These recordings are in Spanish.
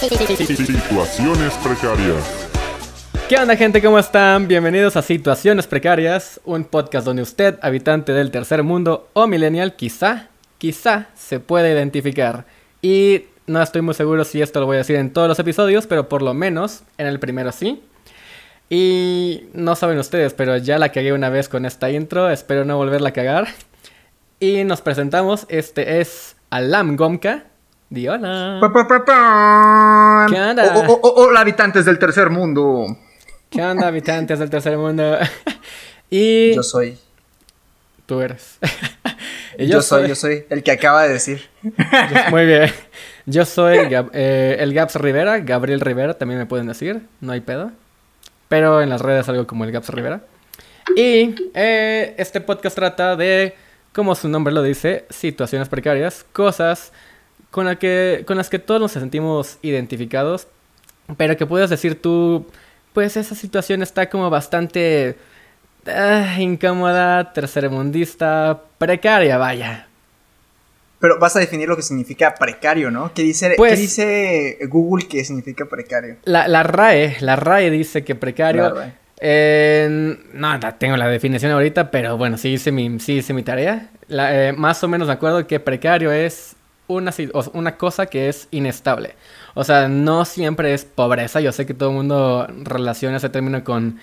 Situaciones precarias. ¿Qué onda, gente? ¿Cómo están? Bienvenidos a Situaciones Precarias, un podcast donde usted, habitante del tercer mundo o millennial, quizá se puede identificar. Y no estoy muy seguro si esto lo voy a decir en todos los episodios, pero por lo menos en el primero sí. Y no saben ustedes, pero ya la cagué una vez con esta intro, espero no volverla a cagar. Y nos presentamos, este es Alam Gomka. Di hola. ¿Qué onda? Hola, habitantes del tercer mundo. ¿Qué onda, habitantes del tercer mundo? Y Yo soy. tú eres. Y Yo soy el que acaba de decir. Muy bien. Yo soy el Gaps Rivera, Gabriel Rivera, también me pueden decir, no hay pedo. Pero en las redes algo como el Gaps Rivera. Y este podcast trata de, como su nombre lo dice, situaciones precarias, cosas con las que todos nos sentimos identificados, pero que puedes decir tú, pues esa situación está como bastante incómoda, tercermundista, precaria, vaya. Pero vas a definir lo que significa precario, ¿no? ¿Qué dice Google que significa precario? La RAE dice que precario... no tengo la definición ahorita, pero bueno, sí hice mi tarea. Más o menos me acuerdo que precario es una cosa que es inestable. O sea, no siempre es pobreza. Yo sé que todo el mundo relaciona ese término con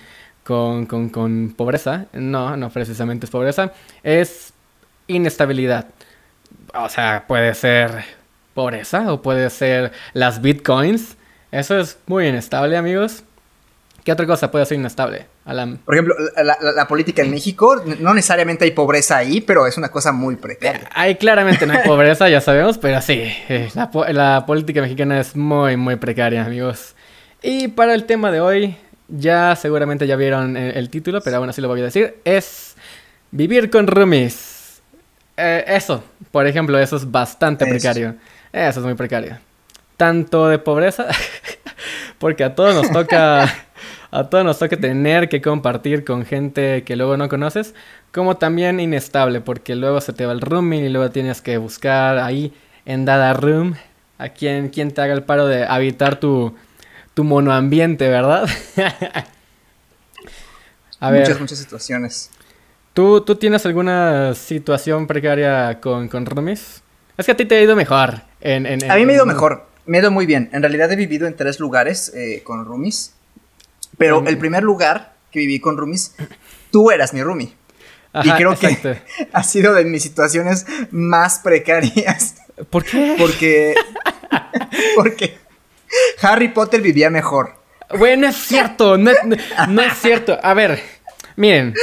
pobreza. No precisamente es pobreza. Es inestabilidad. O sea, puede ser pobreza o puede ser las bitcoins. Eso es muy inestable, amigos. ¿Qué otra cosa puede ser inestable, Alam? Por ejemplo, la política en México, no necesariamente hay pobreza ahí, pero es una cosa muy precaria. Ahí claramente no hay pobreza, ya sabemos, pero sí, la política mexicana es muy, muy precaria, amigos. Y para el tema de hoy, seguramente ya vieron el título, pero aún así lo voy a decir, es vivir con roomies. Eso, por ejemplo, eso es bastante precario. Eso es muy precario. Tanto de pobreza, porque a todos nos toca tener que compartir con gente que luego no conoces, como también inestable, porque luego se te va el rooming y luego tienes que buscar ahí en dada room a quien te haga el paro de habitar tu monoambiente, ¿verdad? A ver, muchas situaciones. ¿Tú tienes alguna situación precaria con roomies? Es que a ti te ha ido mejor. A mí me ha ido mejor. Me ha ido muy bien. En realidad he vivido en 3 lugares con roomies. Pero el primer lugar que viví con roomies, tú eras mi roomie. Ajá, y creo que ha sido de mis situaciones más precarias. ¿Por qué? Porque Harry Potter vivía mejor. Bueno, es cierto. No es cierto. A ver, miren.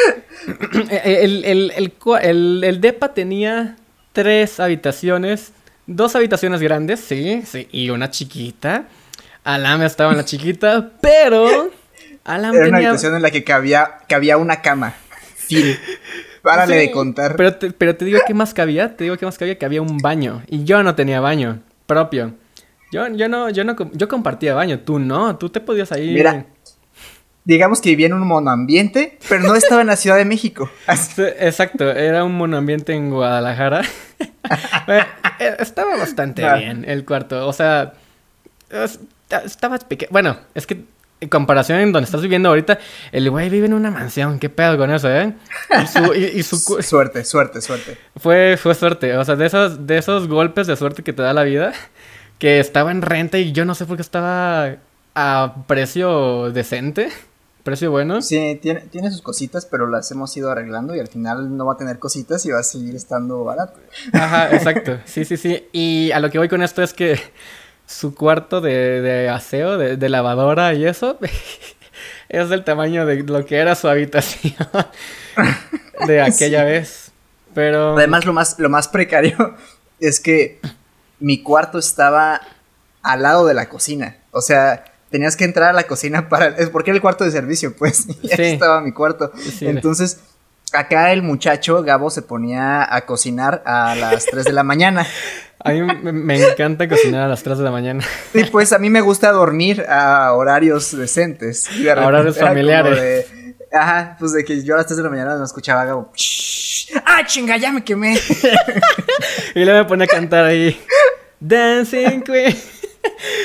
El depa tenía 3 habitaciones. 2 habitaciones grandes, sí, y una chiquita. Alam estaba en la chiquita, pero Alam era una habitación en la que cabía una cama. Fin. Párale de contar. Pero te digo que más cabía. Que había un baño. Y yo no tenía baño propio. Yo compartía baño. Tú no. Tú te podías ahí. Mira, digamos que vivía en un monoambiente, pero no estaba en la Ciudad de México. Exacto. Era un monoambiente en Guadalajara. Estaba bastante bien el cuarto. O sea, estaba pequeño. Bueno, es que en comparación en donde estás viviendo ahorita, el güey vive en una mansión. ¿Qué pedo con eso, eh? Y su Suerte. Fue suerte. O sea, de esos golpes de suerte que te da la vida, que estaba en renta y yo no sé por qué estaba a precio decente. Precio bueno. Sí, tiene sus cositas, pero las hemos ido arreglando y al final no va a tener cositas y va a seguir estando barato. Ajá, exacto. Sí. Y a lo que voy con esto es que su cuarto de aseo, de lavadora y eso, es del tamaño de lo que era su habitación de aquella vez. Pero además lo más precario es que mi cuarto estaba al lado de la cocina. O sea, tenías que entrar a la cocina porque era el cuarto de servicio, pues. Y ahí estaba mi cuarto. Sí. Entonces, acá el muchacho, Gabo, se ponía a cocinar a las 3 de la mañana. A mí me encanta cocinar a las 3 de la mañana. Y pues a mí me gusta dormir a horarios decentes. A horarios familiares. Pues de que yo a las 3 de la mañana no escuchaba a Gabo. ¡Ah, chinga, ya me quemé! Y luego me pone a cantar ahí Dancing Queen.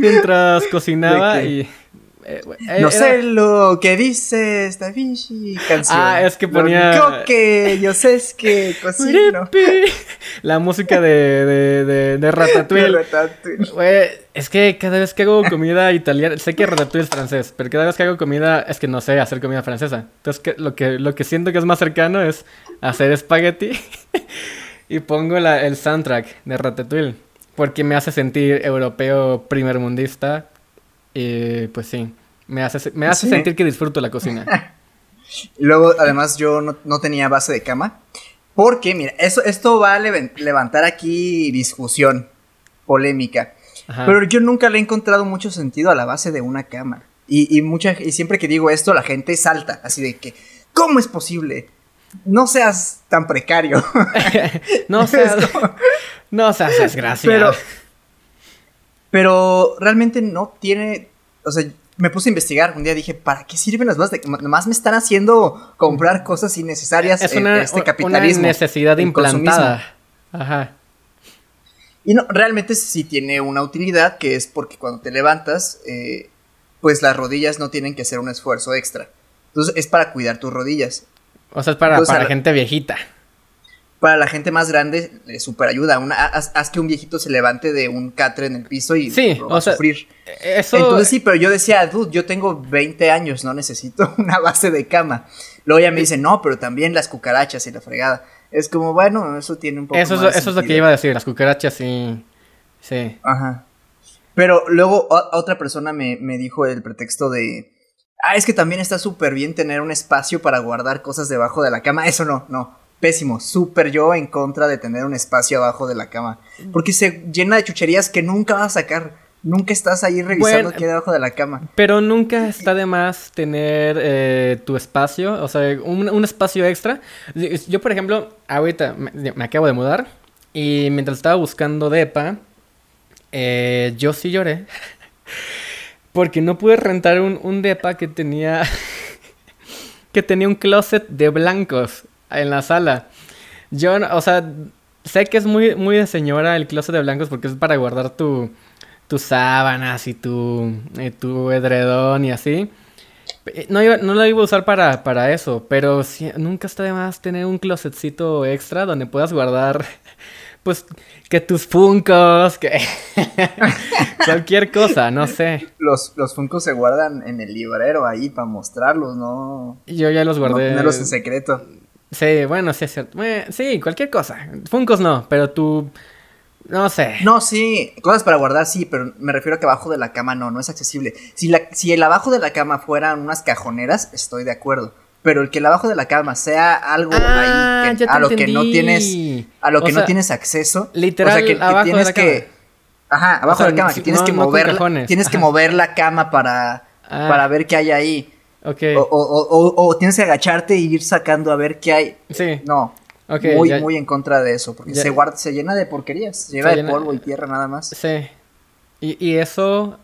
mientras cocinaba y... no sé lo que dice esta pinche canción. Es que ponía... Lo único que yo sé es que cocino. La música de Ratatouille. Güey, es que cada vez que hago comida italiana... Sé que Ratatouille es francés, pero cada vez que hago comida es que no sé hacer comida francesa. Entonces lo que siento que es más cercano es hacer espagueti y pongo el soundtrack de Ratatouille. Porque me hace sentir europeo primermundista. Y pues sí, me hace ¿Sí? sentir que disfruto la cocina. Luego, además, yo no tenía base de cama. Porque, mira, esto va a levantar aquí discusión, polémica. Ajá. Pero yo nunca le he encontrado mucho sentido a la base de una cama. Y siempre que digo esto, la gente salta, así de que, ¿cómo es posible? No seas tan precario. No seas desgraciado. Pero realmente no tiene... O sea, me puse a investigar. Un día dije, ¿para qué sirven las bases de cama? Nomás me están haciendo comprar cosas innecesarias en este capitalismo. Una necesidad implantada. Ajá. Y no, realmente sí tiene una utilidad, que es porque cuando te levantas, pues las rodillas no tienen que hacer un esfuerzo extra. Entonces es para cuidar tus rodillas. O sea, es para gente viejita. Para la gente más grande le super ayuda. Haz que un viejito se levante de un catre en el piso y lo va a sufrir. Eso... Entonces sí, pero yo decía, dude, yo tengo 20 años, no necesito una base de cama. Luego ella me dice, no, pero también las cucarachas y la fregada. Es como, bueno, eso tiene un poco más de Eso sentido. es lo que iba a decir, las cucarachas sí. Ajá. Pero luego otra persona me dijo el pretexto de... es que también está súper bien tener un espacio para guardar cosas debajo de la cama. Eso no. Pésimo, súper yo en contra de tener un espacio abajo de la cama. Porque se llena de chucherías que nunca vas a sacar. Nunca estás ahí revisando qué hay debajo de la cama. Pero nunca está de más tener tu espacio, o sea, un espacio extra. Yo, por ejemplo, ahorita me acabo de mudar y mientras estaba buscando depa, yo sí lloré. Porque no pude rentar un depa que tenía un closet de blancos en la sala. Yo, o sea, sé que es muy, muy de señora el closet de blancos porque es para guardar tus sábanas y tu edredón y así. No lo iba a usar para eso, pero sí, nunca está de más tener un closetcito extra donde puedas guardar, pues, que tus Funkos, que cualquier cosa, no sé. Los Funkos se guardan en el librero ahí para mostrarlos, ¿no? Yo ya los guardé. No tenerlos en secreto. Sí, bueno, sí es cierto. Sí, cualquier cosa. Funkos no, pero tú... No sé. No, sí, cosas para guardar sí, pero me refiero a que abajo de la cama no es accesible. Si el abajo de la cama fueran unas cajoneras, estoy de acuerdo. Pero el que el abajo de la cama sea algo ahí a lo que no tienes acceso. Literal, o sea, que abajo tienes de la cama. Ajá, abajo de la cama, que tienes que moverla. Tienes que mover la cama para ver qué hay ahí. Okay. O tienes que agacharte y ir sacando a ver qué hay. Sí. No. Okay, muy en contra de eso. Porque se llena de porquerías. Se llena de polvo y tierra nada más. Sí. Y eso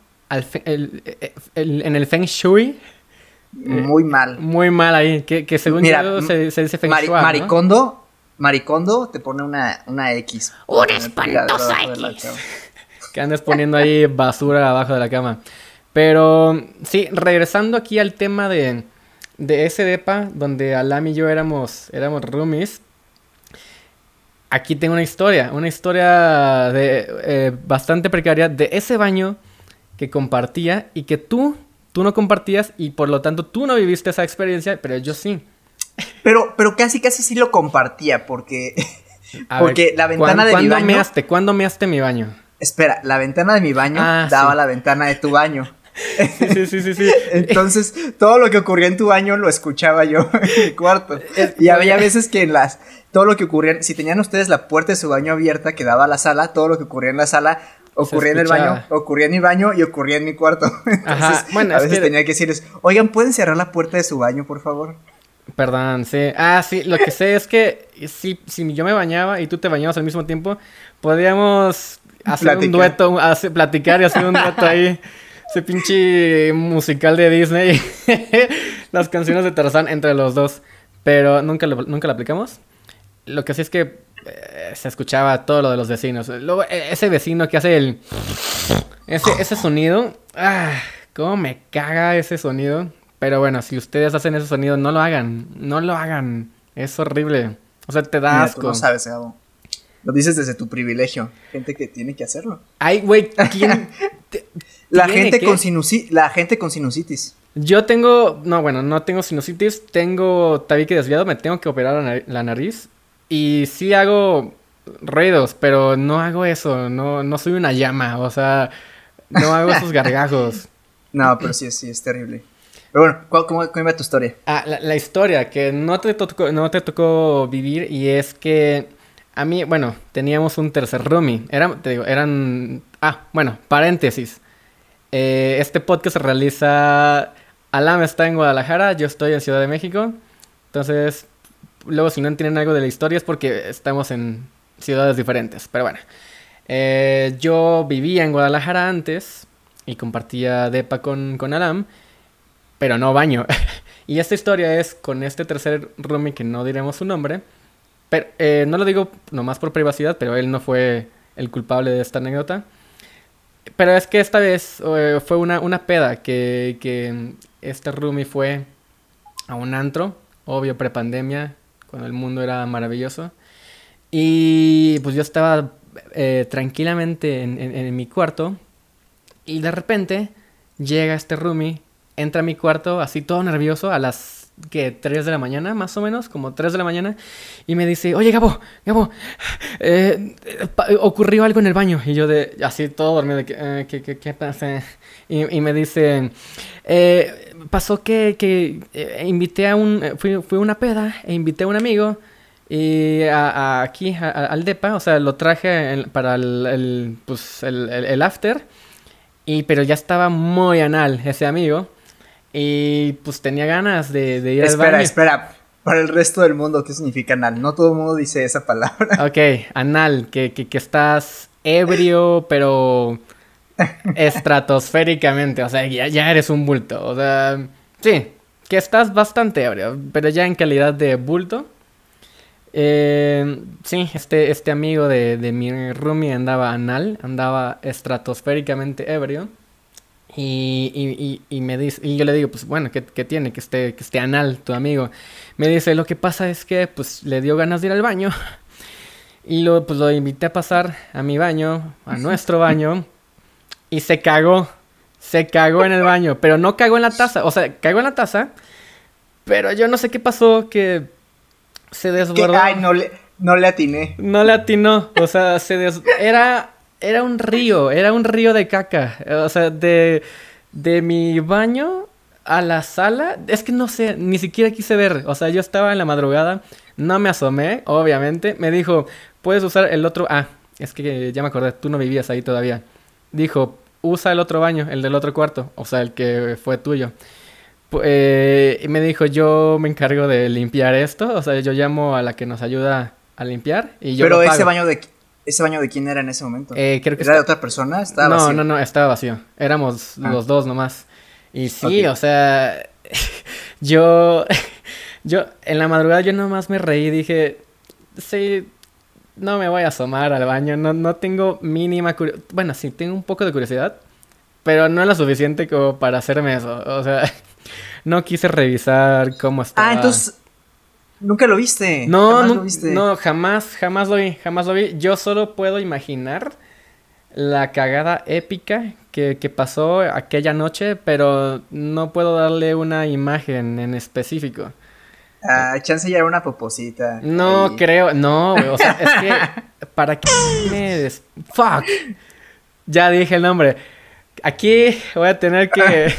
en el Feng Shui. Muy mal. Muy mal ahí. Que según yo se dice Feng Shui. Maricondo te pone una X. Una espantosa X. Que andes poniendo ahí basura abajo de la cama. Pero sí, regresando aquí al tema de ese depa, donde Alam y yo éramos roomies. Aquí tengo una historia de bastante precaria de ese baño que compartía y que tú no compartías y por lo tanto tú no viviste esa experiencia, pero yo sí. Pero casi sí lo compartía porque la ventana de mi baño... ¿Cuándo measte mi baño? Espera, la ventana de mi baño daba a la ventana de tu baño. Sí. Entonces, todo lo que ocurría en tu baño lo escuchaba yo en mi cuarto. Y había veces que todo lo que ocurría, si tenían ustedes la puerta de su baño abierta que daba a la sala, todo lo que ocurría en la sala ocurría en el baño, ocurría en mi baño y ocurría en mi cuarto. Entonces, bueno, a veces tenía que decirles, oigan, ¿pueden cerrar la puerta de su baño, por favor? Perdón, sí. Sí, lo que sé es que si yo me bañaba y tú te bañabas al mismo tiempo, podíamos hacer un dueto, platicar y hacer un dueto ahí. Ese pinche musical de Disney. Las canciones de Tarzán entre los dos. Pero nunca lo aplicamos. Lo que sí es que se escuchaba todo lo de los vecinos. Luego, ese vecino que hace ese sonido, cómo me caga ese sonido. Pero bueno, si ustedes hacen ese sonido, no lo hagan. No lo hagan. Es horrible. O sea, te da Mira, asco. tú no sabes, Gabo. Lo dices desde tu privilegio. Gente que tiene que hacerlo. Ay, güey, ¿quién? La ¿Tiene gente qué? la gente con sinusitis. Yo tengo... No, bueno, no tengo sinusitis. Tengo tabique desviado. Me tengo que operar la nariz. Y sí hago ruidos, pero no hago eso. No soy una llama. O sea, no hago esos gargajos. No, pero sí es terrible. Pero bueno, ¿cómo iba tu historia? La historia que no te tocó vivir, y es que a mí, bueno, teníamos un tercer roomie. Bueno, paréntesis. Este podcast se realiza... Alam está en Guadalajara, yo estoy en Ciudad de México. Entonces, luego si no entienden algo de la historia es porque estamos en ciudades diferentes. Pero bueno, yo vivía en Guadalajara antes y compartía depa con Alam, pero no baño. Y esta historia es con este tercer roomie que no diremos su nombre. Pero no lo digo nomás por privacidad, pero él no fue el culpable de esta anécdota. Pero es que esta vez fue una peda que este roomie fue a un antro, obvio prepandemia, cuando el mundo era maravilloso. Y pues yo estaba tranquilamente en mi cuarto y de repente llega este roomie, entra a mi cuarto así todo nervioso a las... que 3 de la mañana, más o menos, como 3 de la mañana, y me dice, oye, Gabo, ocurrió algo en el baño, y yo así todo dormido, de ¿qué pasa? Y me dice, pasó que invité a fui a una peda, e invité a un amigo, y aquí, al depa, o sea, lo traje para el after, pero ya estaba muy anal ese amigo. Y pues tenía ganas de ir al baño. Espera. Para el resto del mundo, ¿qué significa anal? No todo el mundo dice esa palabra. Ok, anal, que estás ebrio, pero estratosféricamente. O sea, ya eres un bulto. O sea, sí, que estás bastante ebrio, pero ya en calidad de bulto. Sí, este amigo de mi roomie andaba anal, andaba estratosféricamente ebrio. Y me dice, y yo le digo, pues bueno, ¿qué tiene? Que esté anal tu amigo. Me dice, lo que pasa es que pues le dio ganas de ir al baño. Y pues lo invité a pasar a mi baño, a nuestro baño. Y se cagó en el baño, pero no cagó en la taza. O sea, cagó en la taza, pero yo no sé qué pasó, que se desbordó. Ay, no le atiné. No le atinó, o sea, Era un río de caca. O sea, de mi baño a la sala. Es que no sé, ni siquiera quise ver. O sea, yo estaba en la madrugada, no me asomé, obviamente. Me dijo, puedes usar el otro... es que ya me acordé, tú no vivías ahí todavía. Dijo, usa el otro baño, el del otro cuarto. O sea, el que fue tuyo. Y me dijo, yo me encargo de limpiar esto. O sea, yo llamo a la que nos ayuda a limpiar y yo Pero lo pago. ¿Ese baño de quién era en ese momento? Creo que ¿Era de otra persona? ¿Estaba vacío? No, estaba vacío. Éramos los dos nomás. Y sí, Okay. O sea, yo en la madrugada yo nomás me reí y dije, sí, no me voy a asomar al baño, no tengo mínima curiosidad. Bueno, sí, tengo un poco de curiosidad, pero no es lo suficiente como para hacerme eso. O sea, no quise revisar cómo estaba. Entonces... ¿Nunca lo viste? No, jamás lo vi. Yo solo puedo imaginar la cagada épica que pasó aquella noche, pero no puedo darle una imagen en específico. Chance ya era una poposita. No ahí. creo, no, güey, o sea, es que, ¿para qué Fuck. Ya dije el nombre. Aquí voy a tener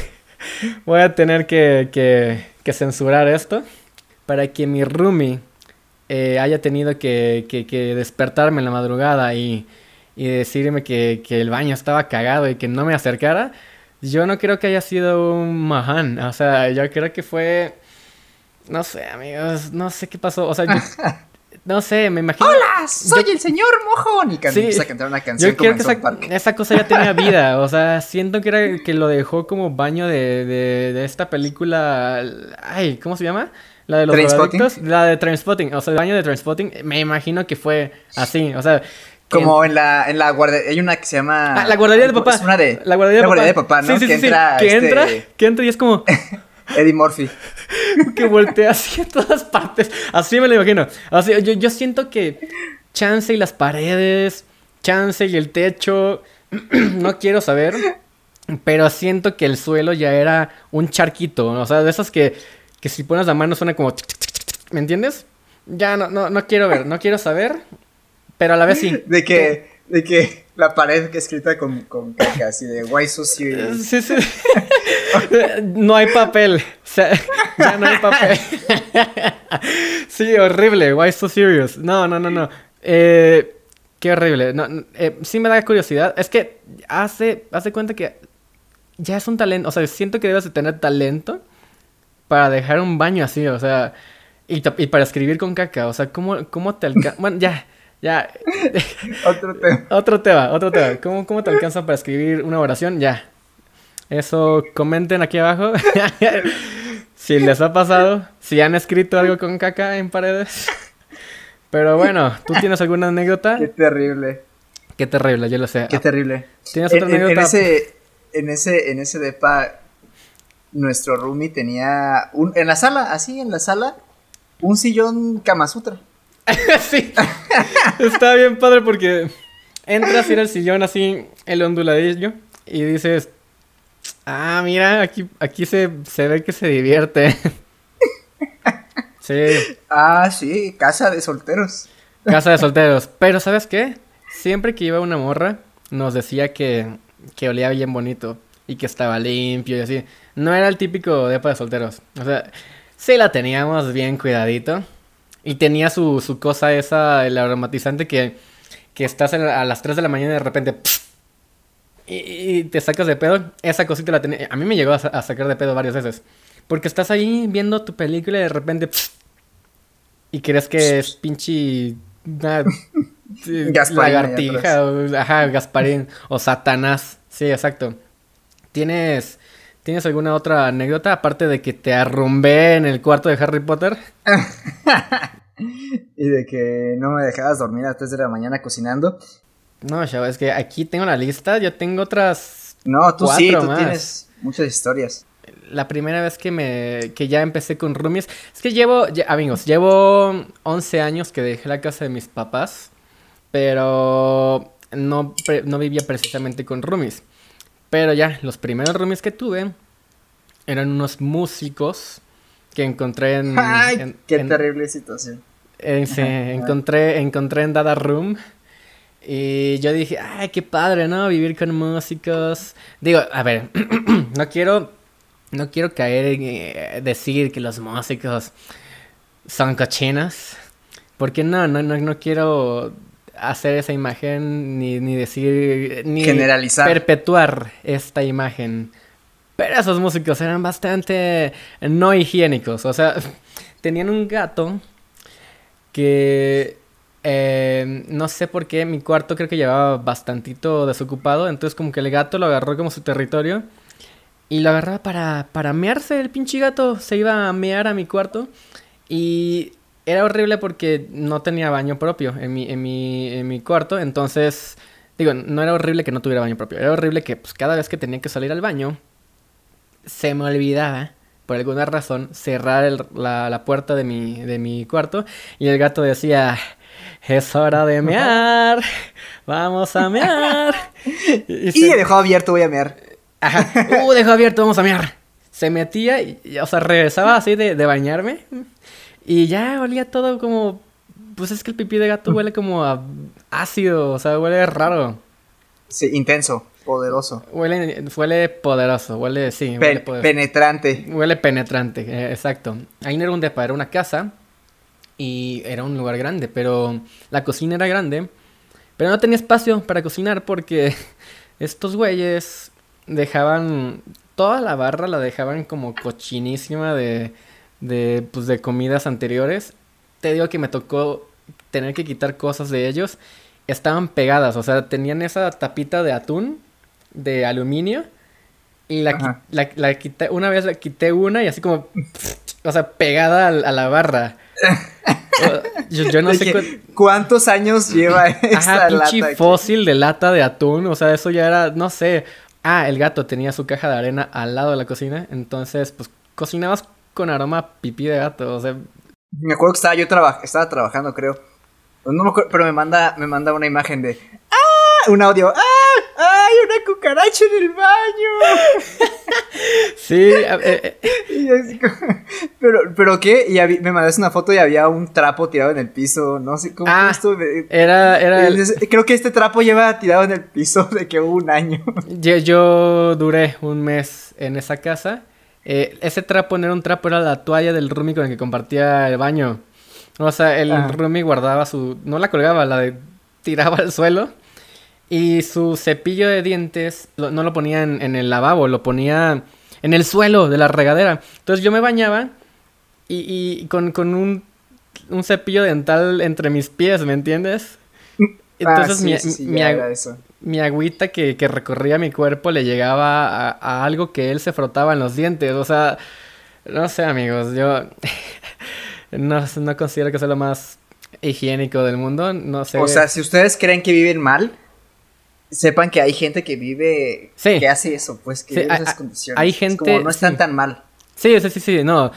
que censurar esto. Para que mi roomie haya tenido que despertarme en la madrugada y decirme que el baño estaba cagado y que no me acercara, yo no creo que haya sido un maján. O sea, yo creo que fue... No sé, amigos, no sé qué pasó. O sea, no sé, me imagino... ¡Hola! ¡Soy el señor Mojón! Y empieza a cantar una canción yo como creo en que South Park. esa cosa ya tenía vida. O sea, siento que lo dejó como baño de esta película... Ay, ¿cómo se llama? La de los drogadictos, la de Trainspotting, o sea, el baño de Trainspotting, me imagino que fue así, o sea, Como en la guardería, hay una que se llama... la guardería de papá. Es una de... La guardería de papá, ¿no? Sí, que entra, que entra y es como... Eddie Murphy. Que voltea así en todas partes. Así me lo imagino. Así, yo siento que chance y las paredes, chance y el techo, no quiero saber, pero siento que el suelo ya era un charquito, ¿no? O sea, de esas que si pones la mano suena como... ¿Me entiendes? Ya no quiero ver, no quiero saber, pero a la vez sí. De que la pared que escrita con caca, así de why so serious. Sí. No hay papel. O sea, ya no hay papel. Sí, horrible. Why so serious? No. Qué horrible. Sí me da curiosidad. Es que hace cuenta que ya es un talento. O sea, siento que debes de tener talento para dejar un baño así. O sea, y para escribir con caca. O sea, ¿cómo te alcanza? Bueno, ya. Otro tema. ¿Cómo te alcanza para escribir una oración? Ya. Eso, comenten aquí abajo. Si les ha pasado. Si han escrito algo con caca en paredes. Pero bueno, ¿tú tienes alguna anécdota? Qué terrible. Qué terrible, yo lo sé. Qué terrible. ¿Tienes otra anécdota? En ese depa, nuestro roomie tenía en la sala, un sillón Kama Sutra. Sí. Está bien padre porque entras a ir al sillón así, el onduladillo, y dices, mira, aquí se ve que se divierte. Sí. Sí, casa de solteros. Casa de solteros. Pero ¿sabes qué? Siempre que iba una morra, nos decía que olía bien bonito y que estaba limpio y así. No era el típico depa de solteros. O sea, sí la teníamos bien cuidadito. Y tenía su cosa esa, el aromatizante que estás a las 3 de la mañana y de repente... Y te sacas de pedo. Esa cosita la tenía... A mí me llegó a sacar de pedo varias veces. Porque estás ahí viendo tu película y de repente... y crees que es pinche... lagartija. Gasparín. O Satanás. Sí, exacto. ¿Tienes alguna otra anécdota? Aparte de que te arrumbé en el cuarto de Harry Potter. Y de que no me dejabas dormir a las 3 de la mañana cocinando. No, chavo, es que aquí tengo la lista. Yo tengo otras... No, tú sí, tú más. tienes muchas historias. La primera vez que ya empecé con roomies. Es que llevo 11 años que dejé la casa de mis papás. Pero no vivía precisamente con roomies. Pero ya, los primeros roomies que tuve eran unos músicos que encontré en... ¡Ay! ¡Qué terrible situación! Sí, encontré en Dada Room. Y yo dije, ¡ay, qué padre!, ¿no? Vivir con músicos. Digo, a ver, no quiero caer en decir que los músicos son cochinos. Porque no quiero hacer esa imagen, ni decir, ni generalizar, perpetuar esta imagen. Pero esos músicos eran bastante no higiénicos. O sea, tenían un gato que no sé por qué mi cuarto creo que llevaba bastantito desocupado. Entonces como que el gato lo agarró como su territorio y lo agarraba para mearse. El pinche gato se iba a mear a mi cuarto y... Era horrible porque no tenía baño propio en mi cuarto. Entonces, digo, no era horrible que no tuviera baño propio. Era horrible que pues, cada vez que tenía que salir al baño, se me olvidaba, por alguna razón, cerrar la puerta de mi cuarto. Y el gato decía, es hora de mear, vamos a mear. Y dejó abierto, voy a mear. Ajá, dejó abierto, vamos a mear. Se metía, o sea, regresaba así de bañarme. Y ya olía todo como... Pues es que el pipí de gato huele como a ácido, o sea, huele raro. Sí, intenso, poderoso. Huele poderoso, huele poderoso. Penetrante. Huele penetrante, exacto. Ahí no era un depa, era una casa. Y era un lugar grande, pero la cocina era grande. Pero no tenía espacio para cocinar porque estos güeyes dejaban... Toda la barra la dejaban como cochinísima de comidas anteriores. Te digo que me tocó tener que quitar cosas de ellos. Estaban pegadas, o sea, tenían esa tapita de atún de aluminio y la quité, una vez la quité una y así como, o sea, pegada a la barra. Yo no sé cuántos años lleva esta pinche lata. Fósil de lata de atún, o sea, eso ya era, no sé. El gato tenía su caja de arena al lado de la cocina, entonces, pues, cocinabas con aroma pipí de gato, o sea. Me acuerdo que estaba trabajando, creo. No me acuerdo, pero me manda una imagen de... un audio. ¡Hay una cucaracha en el baño! Sí. Y así ¿Pero qué? Me mandaste una foto y había un trapo tirado en el piso. No sé cómo esto. Creo que este trapo lleva tirado en el piso de que hubo un año. Yo duré un mes en esa casa. Ese trapo no era un trapo, era la toalla del roomie con el que compartía el baño. O sea, el roomie guardaba no la colgaba, tiraba al suelo. Y su cepillo de dientes no lo ponía en el lavabo, lo ponía en el suelo de la regadera. Entonces yo me bañaba y con un cepillo dental entre mis pies, ¿me entiendes? Entonces mi agüita que recorría mi cuerpo le llegaba a algo que él se frotaba en los dientes. O sea, no sé, amigos, yo no considero que sea lo más higiénico del mundo, no sé. O sea, si ustedes creen que viven mal, sepan que hay gente que vive, que hace eso, pues, que vive esas condiciones. Hay gente... Como no están tan mal. Sí, no.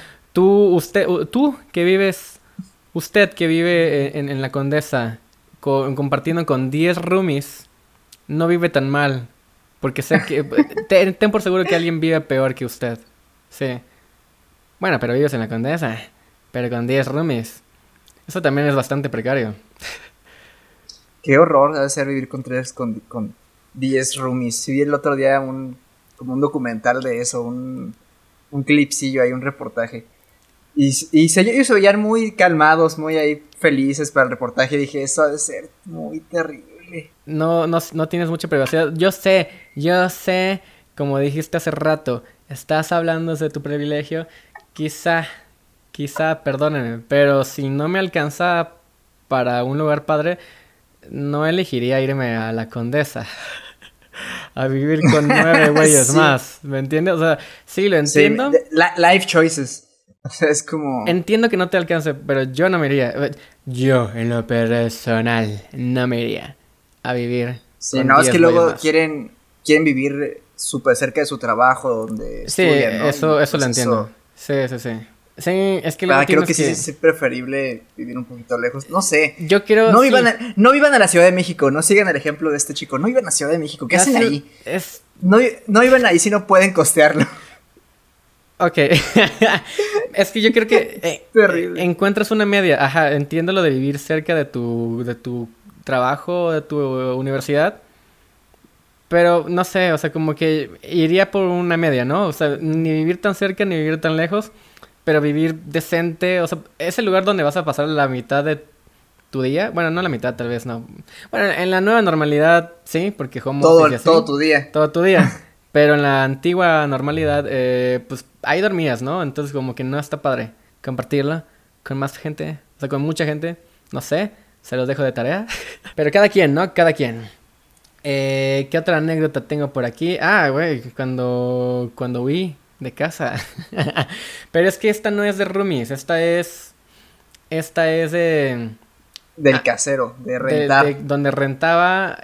Tú que vives... Usted que vive en la Condesa, compartiendo con 10 roomies, no vive tan mal. Porque sé que... ten por seguro que alguien vive peor que usted. Sí. Bueno, pero vives en la Condesa, pero con 10 roomies. Eso también es bastante precario. Qué horror debe ser vivir con 10 roomies. Si vi el otro día como un documental de eso, un clipsillo ahí, un reportaje. Y ellos se veían muy calmados, muy ahí felices para el reportaje. Y dije, eso ha de ser muy terrible. No tienes mucha privacidad. Yo sé, como dijiste hace rato, estás hablando de tu privilegio. Quizá, perdónenme, pero si no me alcanza para un lugar padre, no elegiría irme a la Condesa a vivir con 9 güeyes más, ¿me entiendes? O sea, sí, lo entiendo. Sí, life choices. O sea, es como... Entiendo que no te alcance, pero yo no me iría. Yo, en lo personal, no me iría a vivir. Sí, no, es que luego quieren vivir súper cerca de su trabajo, donde estudian, ¿no? Eso lo entiendo. Sí. Sí, es que creo que sí es preferible vivir un poquito lejos. No sé. Yo quiero... No vivan a la Ciudad de México. No sigan el ejemplo de este chico. No vivan a la Ciudad de México. ¿Qué hacen ahí? No vivan ahí si no pueden costearlo. Ok. Es que yo creo que encuentras una media. Ajá, entiendo lo de vivir cerca de tu trabajo, de tu universidad. Pero no sé, o sea, como que iría por una media, ¿no? O sea, ni vivir tan cerca ni vivir tan lejos. Pero vivir decente, o sea, es el lugar donde vas a pasar la mitad de tu día. Bueno, no la mitad, tal vez, no. Bueno, en la nueva normalidad, sí, porque todo tu día. Todo tu día. Pero en la antigua normalidad, pues ahí dormías, ¿no? Entonces como que no está padre compartirlo con más gente, o sea, con mucha gente. No sé, se los dejo de tarea. Pero cada quien, ¿no? Cada quien. ¿Qué otra anécdota tengo por aquí? Güey, cuando huí de casa. Pero es que esta no es de roomies, esta es de... Del casero, de rentar. Donde rentaba,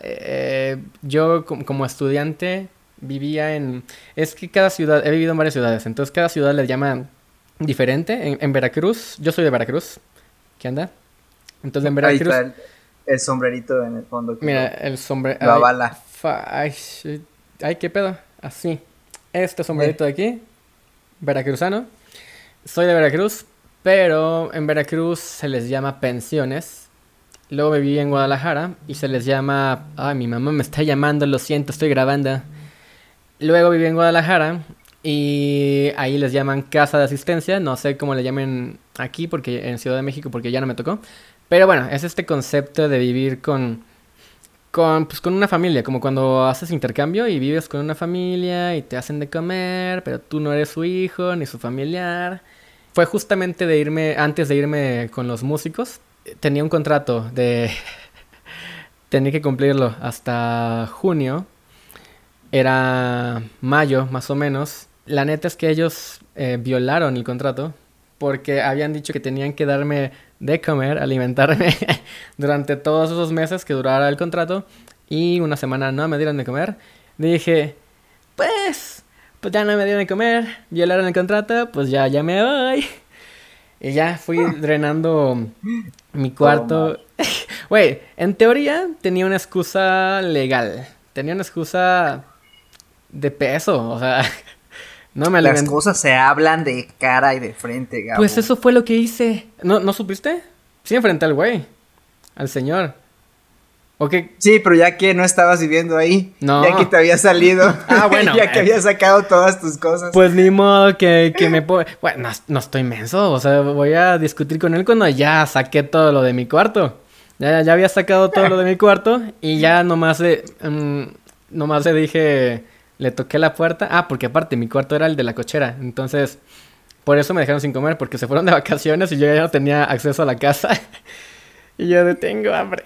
yo como estudiante vivía en... Es que cada ciudad, he vivido en varias ciudades, entonces cada ciudad le llama diferente. En Veracruz, yo soy de Veracruz. ¿Qué anda? Entonces en Veracruz... Ahí está el sombrerito en el fondo. Mira, el sombrero... La bala. Ay, ¿qué pedo? Así. Este sombrerito de aquí, veracruzano. Soy de Veracruz, pero en Veracruz se les llama pensiones. Luego viví en Guadalajara y se les llama... mi mamá me está llamando, lo siento, estoy grabando. Luego viví en Guadalajara y ahí les llaman casa de asistencia. No sé cómo le llamen aquí, porque en Ciudad de México, porque ya no me tocó. Pero bueno, es este concepto de vivir con una familia, como cuando haces intercambio y vives con una familia y te hacen de comer, pero tú no eres su hijo ni su familiar. Fue justamente antes de irme con los músicos, tenía un contrato tenía que cumplirlo hasta junio, era mayo más o menos. La neta es que ellos violaron el contrato porque habían dicho que tenían que darme de comer, alimentarme durante todos esos meses que durara el contrato y una semana no me dieron de comer, dije, pues ya no me dieron de comer, violaron el contrato, pues ya me voy. Y ya fui drenando mi cuarto. Güey, en teoría tenía una excusa legal. Tenía una excusa de peso, o sea, no me alimenté. Las cosas se hablan de cara y de frente, Gabo. Pues eso fue lo que hice. ¿No supiste? Sí, enfrenté al güey, al señor. ¿O qué? Sí, pero ya que no estabas viviendo ahí, No. ya que te había salido, Bueno. ya que habías sacado todas tus cosas. Pues ni modo que me... Bueno, no estoy menso, o sea, voy a discutir con él cuando ya saqué todo lo de mi cuarto. Ya había sacado todo lo de mi cuarto y ya nomás le dije, le toqué la puerta. Ah, porque aparte mi cuarto era el de la cochera, entonces por eso me dejaron sin comer, porque se fueron de vacaciones y yo ya no tenía acceso a la casa. Y yo tengo hambre.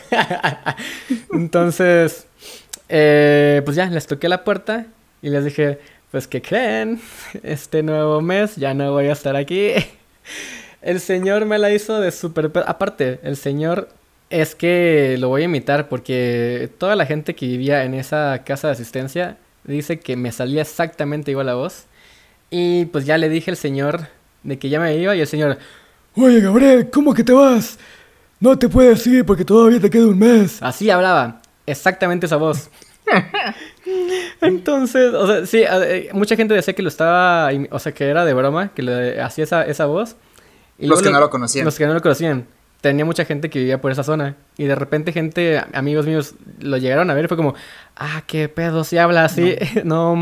Entonces, pues ya, les toqué la puerta y les dije, pues, ¿qué creen? Este nuevo mes ya no voy a estar aquí. El señor me la hizo de súper... Aparte, el señor es que lo voy a imitar porque toda la gente que vivía en esa casa de asistencia dice que me salía exactamente igual a vos. Y pues ya le dije al señor de que ya me iba y el señor, oye, Gabriel, ¿cómo que te vas? No te puedes ir porque todavía te queda un mes. Así hablaba, exactamente esa voz. Entonces, o sea, sí, mucha gente decía que lo estaba, o sea, que era de broma, que le hacía esa voz. Y los que no lo conocían. Los que no lo conocían. Tenía mucha gente que vivía por esa zona. Y de repente amigos míos, lo llegaron a ver y fue como, qué pedo, si habla así. No,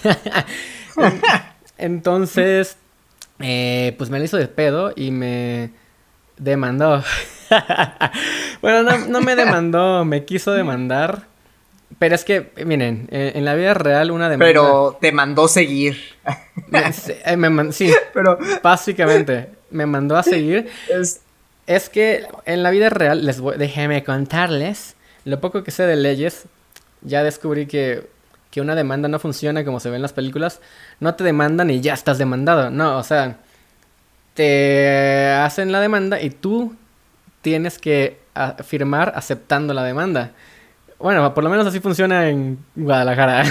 Entonces, pues me la hizo de pedo y me demandó. Bueno, no me demandó, me quiso demandar. Pero es que, miren, en la vida real una demanda... Pero te mandó seguir. Sí, pero básicamente, me mandó a seguir. Es que en la vida real, déjenme contarles, lo poco que sé de leyes, ya descubrí que una demanda no funciona como se ve en las películas. No te demandan y ya estás demandado. No, o sea, te hacen la demanda y tú tienes que firmar aceptando la demanda. Bueno, por lo menos así funciona en Guadalajara.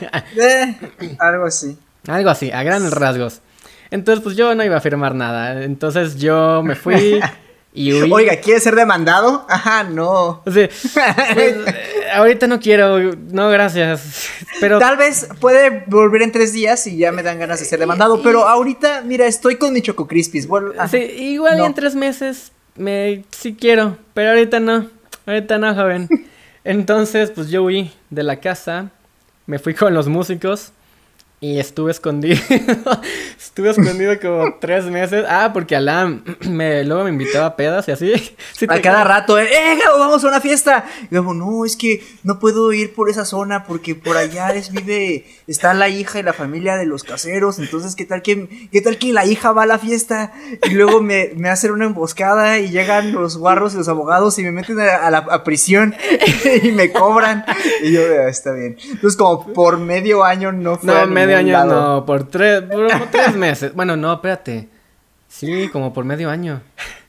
Algo así. Algo así, a grandes rasgos. Entonces, pues yo no iba a firmar nada. Entonces yo me fui y huí. Oiga, ¿quieres ser demandado? Ajá, no. Sí, pues, ahorita no quiero, no, gracias. Pero tal vez puede volver en 3 días y ya me dan ganas de ser demandado. Pero ahorita, mira, estoy con mi Choco Crispies. Sí, igual no. En 3 meses sí quiero, pero ahorita no, joven. Entonces, pues yo huí de la casa, me fui con los músicos y estuve escondido. Estuve escondido como 3 meses. Porque Alam luego me invitaba a pedas y así. Sí, a cada rato, Gabo, vamos a una fiesta. Y Gabo, no, es que no puedo ir por esa zona porque por allá está la hija y la familia de los caseros. Entonces, ¿qué tal que la hija va a la fiesta? Y luego me hacen una emboscada y llegan los guarros y los abogados y me meten a prisión y me cobran. Y yo, está bien. Entonces, como por medio año no fue. No, medio año no, por 3 meses. Bueno, no, espérate. Sí, como por medio año.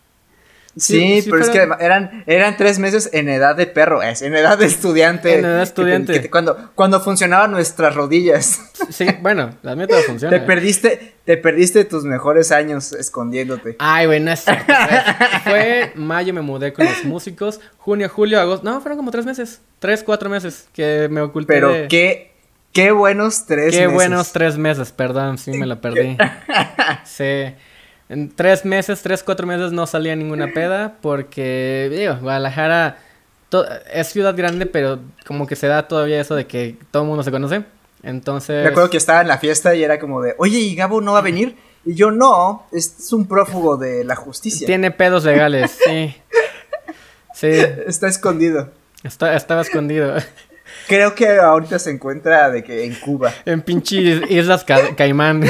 Sí, pero fueron... es que eran 3 meses en edad de perro, en edad de estudiante. En edad de estudiante. Cuando funcionaban nuestras rodillas. Sí, bueno, las mías todavía funcionan. Te perdiste tus mejores años escondiéndote. Ay, güey, no es cierto. Fue mayo, me mudé con los músicos. Junio, julio, agosto. No, fueron como 3 meses. 3, 4 meses que me oculté. Pero qué buenos 3 meses. Qué buenos 3 meses, perdón, sí me la perdí. Sí. En 3 meses, 3, 4 meses no salía ninguna peda porque, digo, Guadalajara es ciudad grande, pero como que se da todavía eso de que todo el mundo se conoce. Entonces... Me acuerdo que estaba en la fiesta y era como de, oye, ¿y Gabo no va a venir? Y yo, no, es un prófugo de la justicia. Tiene pedos legales, sí. Sí. Está escondido. Estaba escondido. Creo que ahorita se encuentra en Cuba. En pinches Islas Caimán.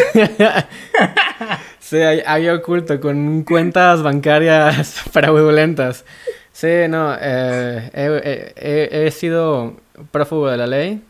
Sí, ahí oculto, con cuentas bancarias fraudulentas. Sí, no, he sido prófugo de la ley.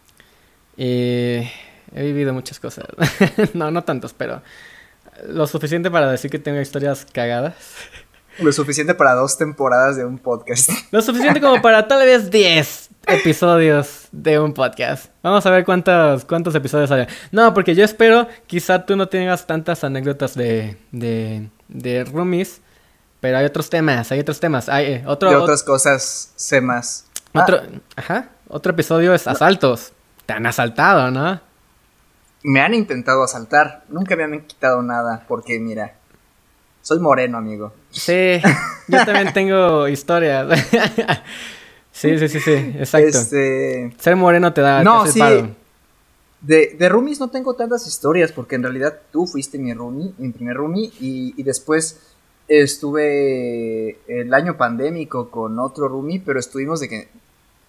Y he vivido muchas cosas. No tantos, pero lo suficiente para decir que tengo historias cagadas. Lo suficiente para 2 temporadas de un podcast. Lo suficiente como para tal vez 10 episodios de un podcast. Vamos a ver cuántos episodios hay. No, porque yo espero, quizá tú no tengas tantas anécdotas de roomies, pero hay otros temas. Hay De otras cosas sé más. Otro episodio es asaltos. Te han asaltado, ¿no? Me han intentado asaltar. Nunca me han quitado nada, porque mira, soy moreno, amigo. Sí, yo también tengo historias. Sí, exacto. Ser moreno te da... No, te hace sí. paro. De roomies no tengo tantas historias, porque en realidad tú fuiste mi primer roomie, y después estuve el año pandémico con otro roomie, pero estuvimos de que...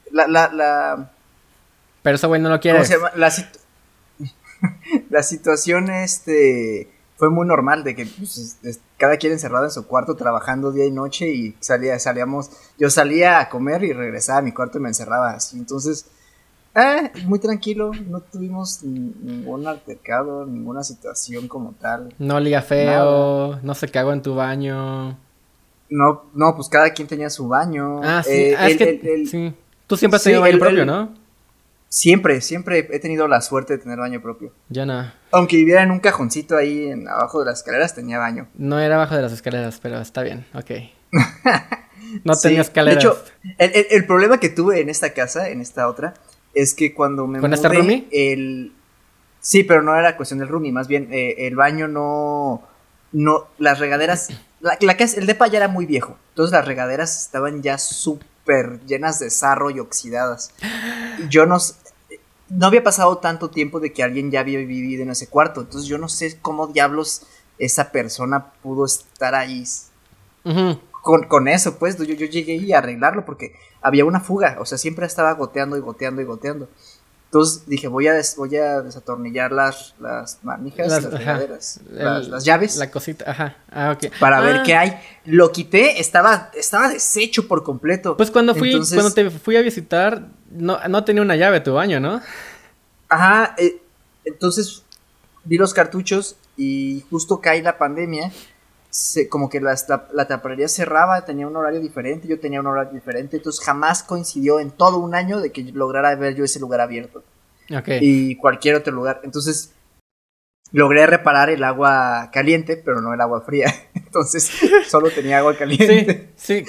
Pero ese güey no lo quiere. ¿Cómo se llama? La situación fue muy normal, de que pues, cada quien encerrado en su cuarto trabajando día y noche, y yo salía a comer y regresaba a mi cuarto y me encerraba así. Entonces, muy tranquilo, no tuvimos ningún altercado, ninguna situación como tal. No olía feo, Nada. no se cagó en tu baño. No, pues cada quien tenía su baño. Sí, sí. Tú siempre has tenido baño propio, ¿no? Siempre he tenido la suerte de tener baño propio. Ya no. Aunque viviera en un cajoncito ahí abajo de las escaleras, tenía baño. No era abajo de las escaleras, pero está bien, ok. No tenía escaleras. De hecho, el problema que tuve en esta casa, en esta otra, es que cuando me ¿Con mudé... este roomie? Sí, pero no era cuestión del roomie, más bien el baño no... Las regaderas... La casa, el depa ya era muy viejo, entonces las regaderas estaban ya súper llenas de sarro y oxidadas. Yo no había pasado tanto tiempo de que alguien ya había vivido en ese cuarto, entonces yo no sé cómo diablos esa persona pudo estar ahí con eso, pues. Yo llegué a arreglarlo porque había una fuga, o sea, siempre estaba goteando y goteando y goteando. Entonces dije, voy a desatornillar las manijas, las regaderas, las llaves. La cosita, ok. Para ver qué hay. Lo quité, estaba deshecho por completo. Pues cuando te fui a visitar, no tenía una llave tu baño, ¿no? Ajá, entonces vi los cartuchos y justo cae la pandemia. Como que la tapadería cerraba, tenía un horario diferente, yo tenía un horario diferente, entonces jamás coincidió en todo un año de que lograra ver yo ese lugar abierto. Okay. Y cualquier otro lugar. Entonces logré reparar el agua caliente, pero no el agua fría. Entonces solo tenía agua caliente. Sí.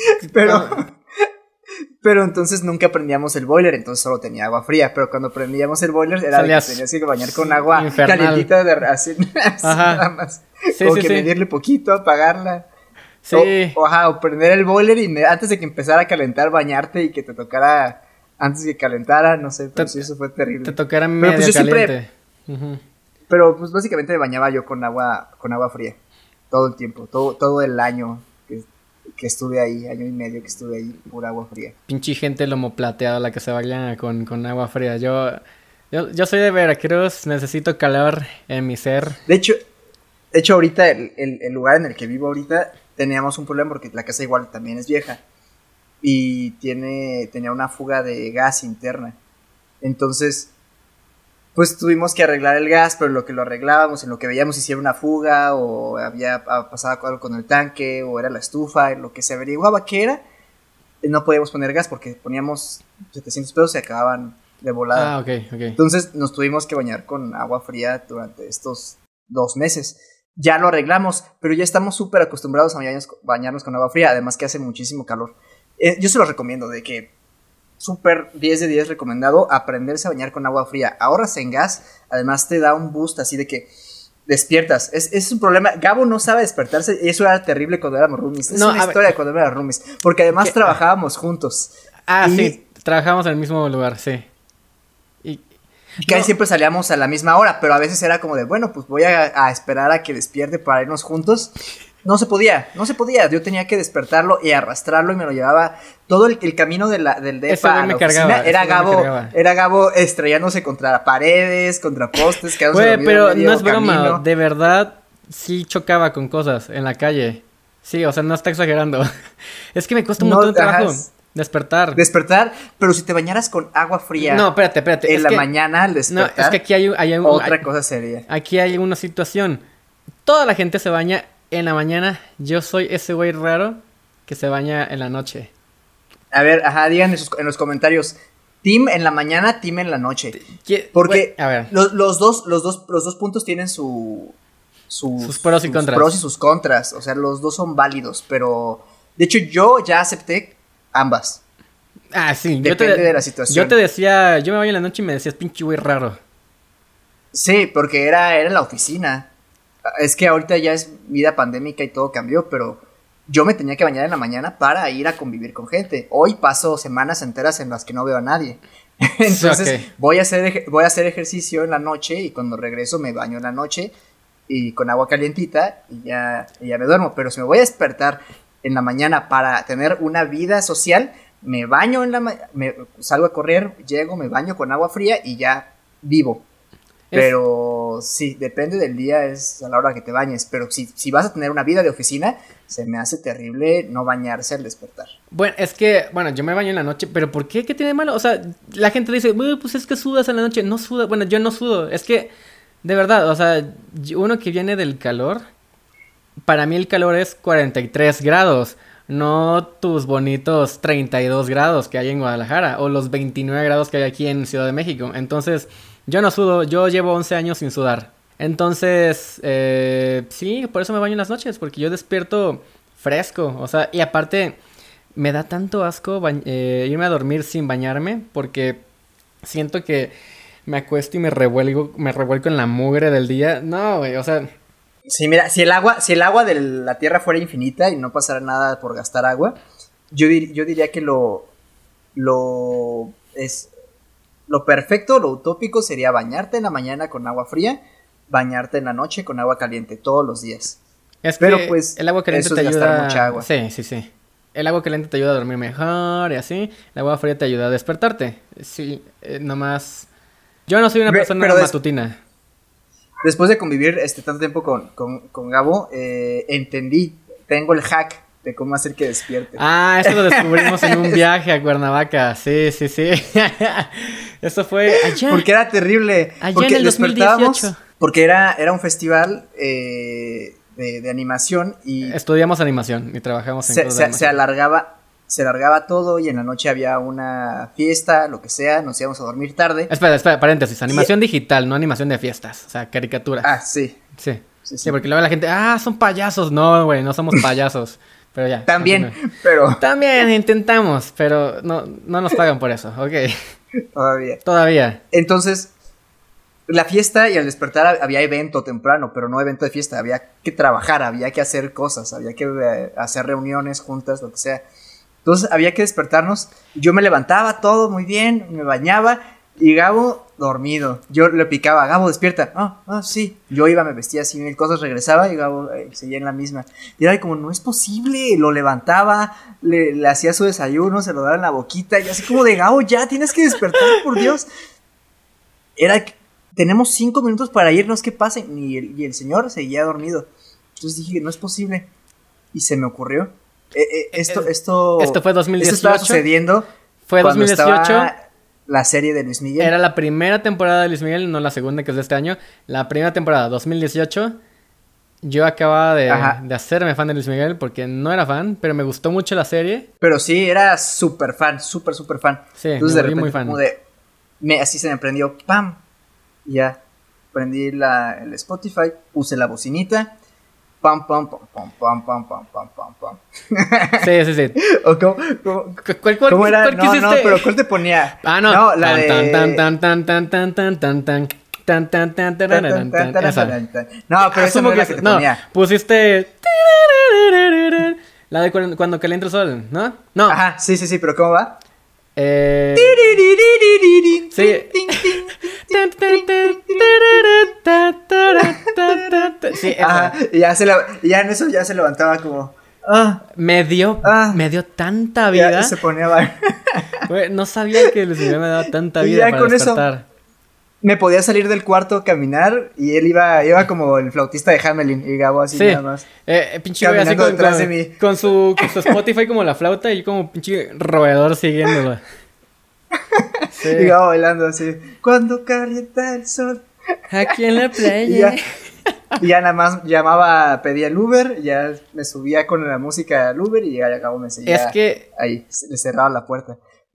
Pero entonces nunca prendíamos el boiler, entonces solo tenía agua fría. Pero cuando prendíamos el boiler era de que tenías que bañar con agua calientita así nada más. Como que medirle poquito, apagarla. Sí. O prender el boiler y antes de que empezara a calentar, bañarte y que te tocara antes de que calentara, no sé, pero sí, eso fue terrible. Te tocara medio pues caliente. Pero pues básicamente me bañaba yo con agua fría. Todo el tiempo, todo el año que estuve ahí, año y medio que estuve ahí, pura agua fría. Pinche gente lomoplateada la que se baña con agua fría. Yo soy de Veracruz, necesito calor en mi ser. De hecho ahorita el lugar en el que vivo ahorita teníamos un problema porque la casa igual también es vieja y tenía una fuga de gas interna. Entonces pues tuvimos que arreglar el gas, pero en lo que lo arreglábamos, en lo que veíamos si era una fuga o había pasado algo con el tanque o era la estufa, en lo que se averiguaba que era, no podíamos poner gas porque poníamos 700 pesos y acababan de volada. Ok. Entonces nos tuvimos que bañar con agua fría durante estos 2 meses. Ya lo arreglamos, pero ya estamos súper acostumbrados a bañarnos con agua fría, además que hace muchísimo calor. Yo se los recomiendo, de que súper 10 de 10 recomendado aprenderse a bañar con agua fría. Ahorras en gas, además te da un boost así de que despiertas. Es un problema. Gabo no sabe despertarse y eso era terrible cuando éramos roomies. Es una historia de cuando éramos roomies, porque además trabajábamos juntos. Sí, trabajábamos en el mismo lugar, sí. Y casi siempre salíamos a la misma hora, pero a veces era como de, bueno, pues voy a esperar a que despierte para irnos juntos. No se podía. Yo tenía que despertarlo y arrastrarlo y me lo llevaba todo el camino del depa a la oficina. Era Gabo estrellándose contra paredes, contra postes. Güey, pero no es broma, de verdad sí chocaba con cosas en la calle. Sí, o sea, no está exagerando. Es que me cuesta un montón de trabajo. Despertar, pero si te bañaras con agua fría. No, espérate. En la mañana al despertar. No, es que aquí hay otra cosa sería. Aquí hay una situación. Toda la gente se baña en la mañana. Yo soy ese güey raro que se baña en la noche? A ver, digan en los comentarios. Team en la mañana, team en la noche. Porque a ver. Los dos puntos tienen sus pros y contras. Pros y sus contras. O sea, los dos son válidos. Pero, de hecho, yo ya acepté ambas. Ah, sí. Depende de la situación. Yo te decía, yo me baño en la noche y me decías, pinche güey raro. Sí, porque era en la oficina. Es que ahorita ya es vida pandémica y todo cambió, pero yo me tenía que bañar en la mañana para ir a convivir con gente. Hoy paso semanas enteras en las que no veo a nadie. Entonces Okay. voy a hacer ejercicio en la noche y cuando regreso me baño en la noche y con agua calientita y ya me duermo. Pero si me voy a despertar en la mañana para tener una vida social, me baño salgo a correr, llego, me baño con agua fría y ya vivo. Pero sí, depende del día, es a la hora que te bañes. Pero si vas a tener una vida de oficina, se me hace terrible no bañarse al despertar. Bueno, es que, yo me baño en la noche, pero ¿por qué? ¿Qué tiene de malo? O sea, la gente dice, pues es que sudas en la noche. No suda, bueno, yo no sudo. Es que, de verdad, o sea, uno que viene del calor, para mí el calor es 43 grados. No tus bonitos 32 grados que hay en Guadalajara o los 29 grados que hay aquí en Ciudad de México. Entonces, yo no sudo, yo llevo 11 años sin sudar. Entonces, sí, por eso me baño en las noches, porque yo despierto fresco. O sea, y aparte, me da tanto asco irme a dormir sin bañarme, porque siento que me acuesto y me revuelco en la mugre del día. No, güey, o sea... Sí, mira, si el agua de la tierra fuera infinita y no pasara nada por gastar agua, yo diría que lo perfecto, lo utópico sería bañarte en la mañana con agua fría, bañarte en la noche con agua caliente todos los días. Pero pues el agua caliente te ayuda mucha agua. Sí. El agua caliente te ayuda a dormir mejor y así. El agua fría te ayuda a despertarte. Sí, nomás. Yo no soy una persona matutina. Después de convivir tanto tiempo con Gabo, entendí, tengo el hack de cómo hacer que despierte. Ah, eso lo descubrimos en un viaje a Cuernavaca. Sí. Eso fue allá. Porque era terrible. Allá en el 2018. Porque era un festival de animación y... Estudiamos animación y trabajamos en cosas de animación. Se alargaba todo y en la noche había una fiesta, lo que sea, nos íbamos a dormir tarde. Espera, paréntesis. Animación digital, no animación de fiestas. O sea, caricaturas. Ah, sí. Sí, porque luego la gente, son payasos. No, güey, no somos payasos. Pero ya. También, pero... También intentamos, pero no nos pagan por eso, ok. Todavía. Entonces, la fiesta y al despertar había evento temprano, pero no evento de fiesta. Había que trabajar, había que hacer cosas, había que hacer reuniones juntas, lo que sea. Entonces había que despertarnos. Yo me levantaba todo muy bien, me bañaba y Gabo dormido. Yo le picaba, Gabo, despierta. Sí. Yo iba, me vestía así mil cosas, regresaba y Gabo seguía en la misma. Y era como, no es posible. Lo levantaba, le hacía su desayuno, se lo daba en la boquita y así como de, Gabo, ya tienes que despertar, por Dios. Tenemos 5 minutos para irnos, ¿qué pasa? Y el señor seguía dormido. Entonces dije, no es posible. Y se me ocurrió. Esto fue 2018. Esto estaba sucediendo. Fue 2018. La serie de Luis Miguel. Era la primera temporada de Luis Miguel, no la segunda, que es de este año. La primera temporada, 2018. Yo acababa de hacerme fan de Luis Miguel porque no era fan, pero me gustó mucho la serie. Pero sí, era súper fan, súper fan. Sí, entonces de repente, muy fan. Así se me prendió, ¡pam! Y ya, prendí el Spotify, puse la bocinita. Pam, pam, pam, pam, pam, pam, pam, pam, pam, pam. Sí. ¿O cómo era? No, pero ¿cuál te ponía? No, la de... No, pero esa no es la que te ponía. Pusiste... La de cuando calienta el sol, ¿no? No. Ajá, sí, pero ¿cómo va? Sí. Sí, ajá, y ya en eso ya se levantaba como... Me dio tanta vida. Ya se ponía a bailar. No sabía que Luis Miguel me daba tanta vida ya para con despertar. Eso me podía salir del cuarto a caminar y él iba como el flautista de Hamelin y Gabo así nada más. Pinche güey así con su Spotify como la flauta y como pinche roedor siguiéndolo. Sí. Y Gabo bailando así. Cuando calienta el sol. Aquí en la playa. Y ya nada más llamaba, pedía el Uber, ya me subía con la música al Uber y ya acabó, me seguía. Es que... Ahí, le cerraba la puerta.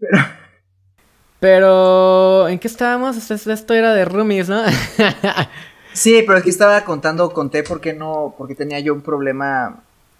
Pero... ¿En qué estábamos? Esto era de roomies, ¿no? Sí, pero es que conté porque tenía yo un problema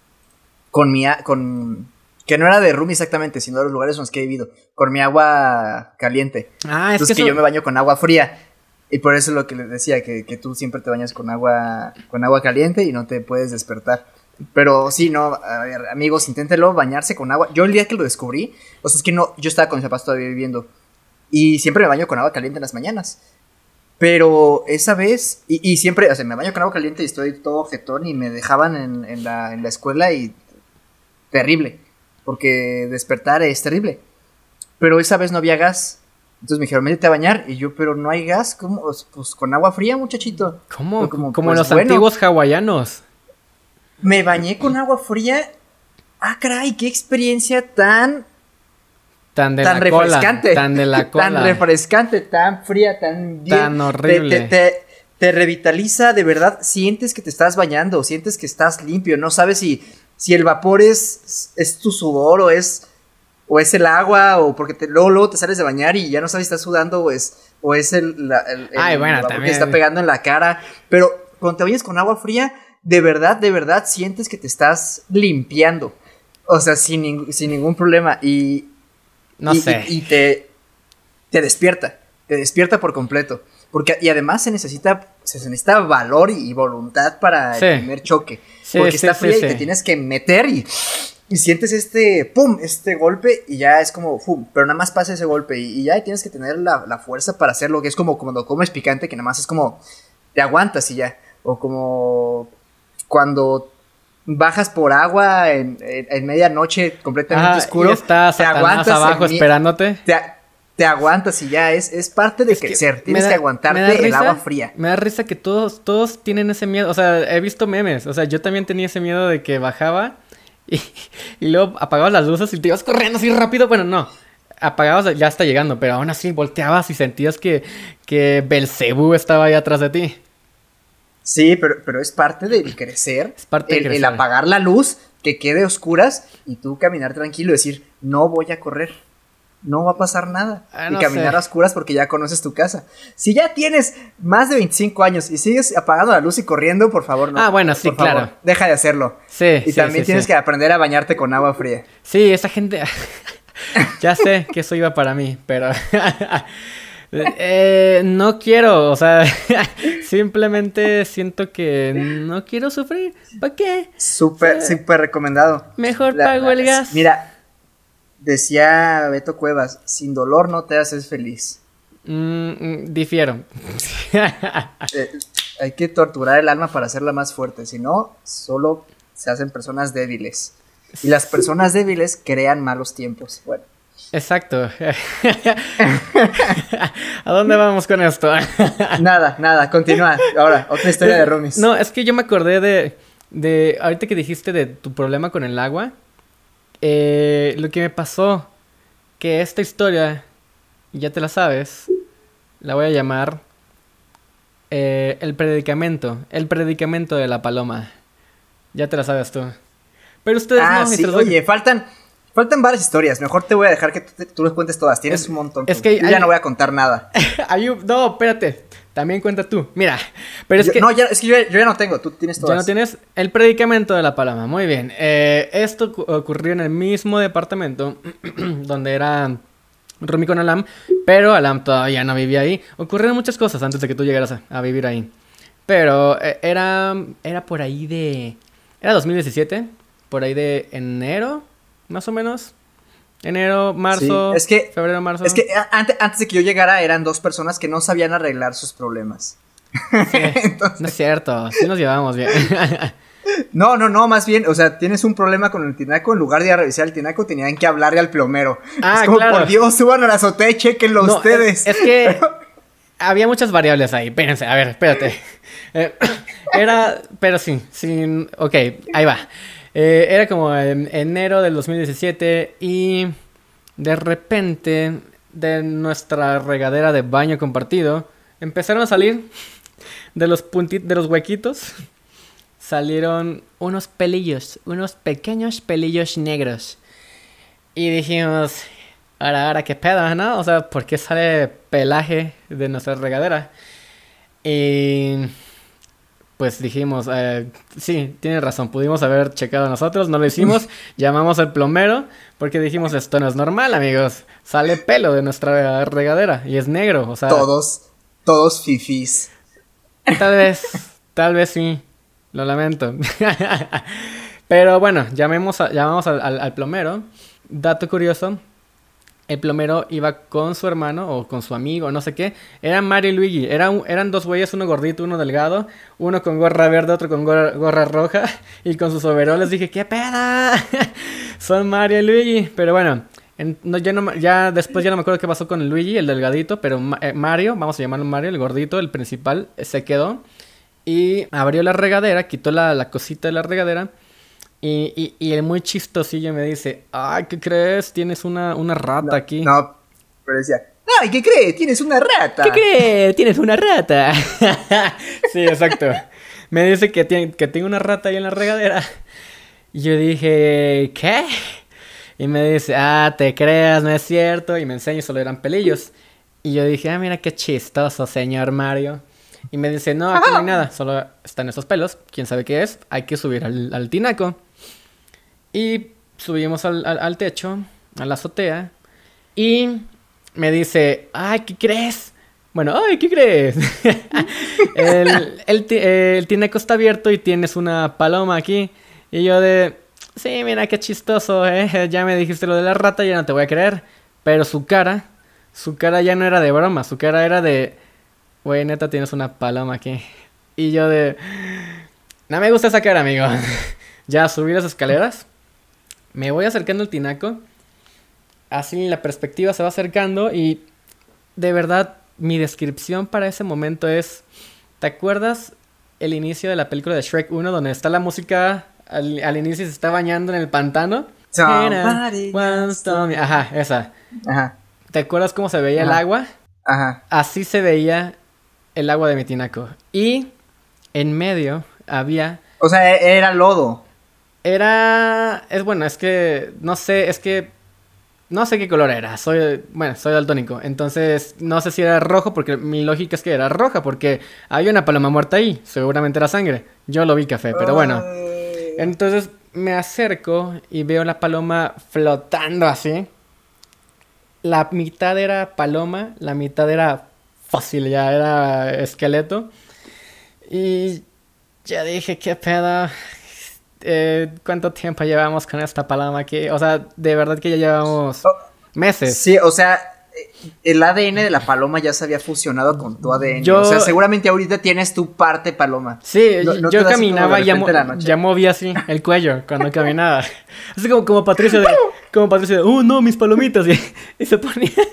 que no era de roomie exactamente, sino de los lugares en los que he vivido, con mi agua caliente. Entonces que yo me baño con agua fría. Y por eso es lo que les decía, que tú siempre te bañas con agua caliente y no te puedes despertar. Pero sí, no, a ver, amigos, inténtenlo, bañarse con agua. Yo el día que lo descubrí, o sea, es que no, yo estaba con mis papás todavía viviendo y siempre me baño con agua caliente en las mañanas. Pero esa vez, y siempre, o sea, me baño con agua caliente y estoy todo jetón y me dejaban en la escuela y terrible, porque despertar es terrible. Pero esa vez no había gas. Entonces me dijeron, métete a bañar. Y yo, pero no hay gas. ¿Cómo? Pues con agua fría, muchachito. ¿Cómo? Como pues, los antiguos hawaianos. Me bañé con agua fría. Ah, caray, qué experiencia tan refrescante. Tan de la cola. Tan refrescante, tan fría, tan bien. Tan horrible. Te revitaliza, de verdad. Sientes que te estás bañando, sientes que estás limpio. No sabes si el vapor es tu sudor o es el agua, o porque luego te sales de bañar y ya no sabes si estás sudando o es el vapor también que está pegando en la cara. Pero cuando te bañas con agua fría, de verdad sientes que te estás limpiando. O sea, sin ningún problema. Y te despierta por completo. Y además se necesita valor y voluntad para el primer choque. Porque está fría y te tienes que meter y sientes este golpe y ya es como pum, pero nada más pasa ese golpe y ya tienes que tener la fuerza para hacerlo, que es como cuando comes picante, que nada más es como te aguantas y ya, o como cuando bajas por agua en medianoche completamente oscuro, y está Satanás abajo esperándote. Te aguantas y ya es parte de crecer. Tienes que aguantarte el agua fría. Me da risa que todos tienen ese miedo. O sea, he visto memes. O sea, yo también tenía ese miedo de que bajaba y luego apagabas las luces y te ibas corriendo así rápido. Bueno, no. Apagabas, ya está llegando, pero aún así volteabas y sentías que Belcebú estaba ahí atrás de ti. Sí, pero es parte del crecer. Es parte de crecer. El apagar la luz, que quede oscuras y tú caminar tranquilo y decir, no voy a correr. No va a pasar nada. Y caminar a oscuras porque ya conoces tu casa. Si ya tienes más de 25 años y sigues apagando la luz y corriendo, por favor, no. Bueno, sí, claro. Favor, deja de hacerlo. Sí, y también tienes que aprender a bañarte con agua fría. Sí, esa gente... Ya sé que eso iba para mí, pero... no quiero, o sea... Simplemente siento que no quiero sufrir. ¿Para qué? Súper recomendado. Mejor pago el gas. Mira... Decía Beto Cuevas, sin dolor no te haces feliz. Difiero. Hay que torturar el alma para hacerla más fuerte, si no, solo se hacen personas débiles. Y las personas débiles crean malos tiempos. Bueno. Exacto. ¿A dónde vamos con esto? Nada, continúa. Ahora, otra historia de roomies. No, es que yo me acordé de ahorita que dijiste de tu problema con el agua. Lo que me pasó, que esta historia, ya te la sabes, la voy a llamar el predicamento de la paloma. Ya te la sabes tú. Pero ustedes no. Sí, oye, faltan varias historias. Mejor te voy a dejar que tú les cuentes todas. Tienes un montón. Es que yo ya no voy a contar nada. No, espérate. También cuenta tú. Mira, pero es que... No, es que yo ya no tengo. Tú tienes todas. ¿Ya no tienes? El predicamento de la paloma. Muy bien. Esto ocurrió en el mismo departamento donde era roomie con Alam, pero Alam todavía no vivía ahí. Ocurrieron muchas cosas antes de que tú llegaras a vivir ahí. Pero era por ahí de... Era 2017, por ahí de enero, más o menos. Enero, marzo, sí, febrero, marzo. Es que antes de que yo llegara eran dos personas que no sabían arreglar sus problemas. Sí, entonces... No es cierto, sí nos llevábamos bien. No, más bien, o sea, tienes un problema con el tinaco, en lugar de ir a revisar el tinaco tenían que hablarle al plomero. Es como, claro. Por Dios, suban a la azotea y chequenlo ustedes. Es que había muchas variables ahí, espérense, a ver, espérate. Pero sí, ok, ahí va. Era como en enero del 2017 y de repente de nuestra regadera de baño compartido empezaron a salir de los huequitos salieron unos pelillos, unos pequeños pelillos negros. Y dijimos, ahora, ¿qué pedo, no? O sea, ¿por qué sale pelaje de nuestra regadera? Y pues dijimos, sí, tienes razón, pudimos haber checado nosotros, no lo hicimos, llamamos al plomero, porque dijimos, esto no es normal, amigos, sale pelo de nuestra regadera y es negro, o sea... Todos fifís. Tal vez sí, lo lamento. Pero bueno, llamamos al plomero. Dato curioso, el plomero iba con su hermano o con su amigo, no sé qué. Eran Mario y Luigi. Eran dos güeyes, uno gordito, uno delgado. Uno con gorra verde, otro con gorra roja. Y con sus overoles dije, ¡qué peda! Son Mario y Luigi. Pero bueno, después ya no me acuerdo qué pasó con el Luigi, el delgadito. Pero Mario, vamos a llamarlo Mario, el gordito, el principal, se quedó. Y abrió la regadera, quitó la cosita de la regadera. Y el muy chistosillo me dice, ay, ¿qué crees? Tienes una rata aquí. No, pero decía, ay, ¿qué crees? Tienes una rata. ¿Qué crees? Tienes una rata. Sí, exacto. Me dice que tengo una rata ahí en la regadera. Y yo dije, ¿qué? Y me dice, te creas, no es cierto. Y me enseña y solo eran pelillos. Y yo dije, mira qué chistoso, señor Mario. Y me dice, no, aquí no hay nada, solo están esos pelos. ¿Quién sabe qué es? Hay que subir al tinaco. Y subimos al techo, a la azotea. Y me dice, ay, ¿qué crees? Bueno, ay, ¿qué crees? el tinaco está abierto y tienes una paloma aquí. Y yo sí, mira qué chistoso, ya me dijiste lo de la rata, ya no te voy a creer. Pero su cara ya no era de broma, su cara era de... Güey, neta, tienes una paloma aquí. Y yo no me gusta esa cara, amigo. Ya subí las escaleras. Me voy acercando al tinaco. Así la perspectiva se va acercando. Y de verdad, mi descripción para ese momento es... ¿Te acuerdas el inicio de la película de Shrek 1? Donde está la música al inicio y se está bañando en el pantano. Ajá, esa. Ajá. ¿Te acuerdas cómo se veía el agua? Ajá. Así se veía el agua de mi tinaco. Y en medio había... O sea, era lodo. Es que... No sé, no sé qué color era. Soy daltónico. Entonces, no sé si era rojo, porque mi lógica es que era roja, porque había una paloma muerta ahí. Seguramente era sangre. Yo lo vi café, pero bueno. Entonces, me acerco y veo la paloma flotando así. La mitad era paloma, la mitad era fósil, ya era esqueleto. Y ya dije, ¿qué pedo? ¿Cuánto tiempo llevamos con esta paloma aquí? O sea, de verdad que ya llevamos meses. Sí, o sea, el ADN de la paloma ya se había fusionado con tu ADN. O sea, seguramente ahorita tienes tu parte paloma. Sí, yo caminaba y ya movía así el cuello cuando caminaba. Así como Patricio de, no, mis palomitas. Y se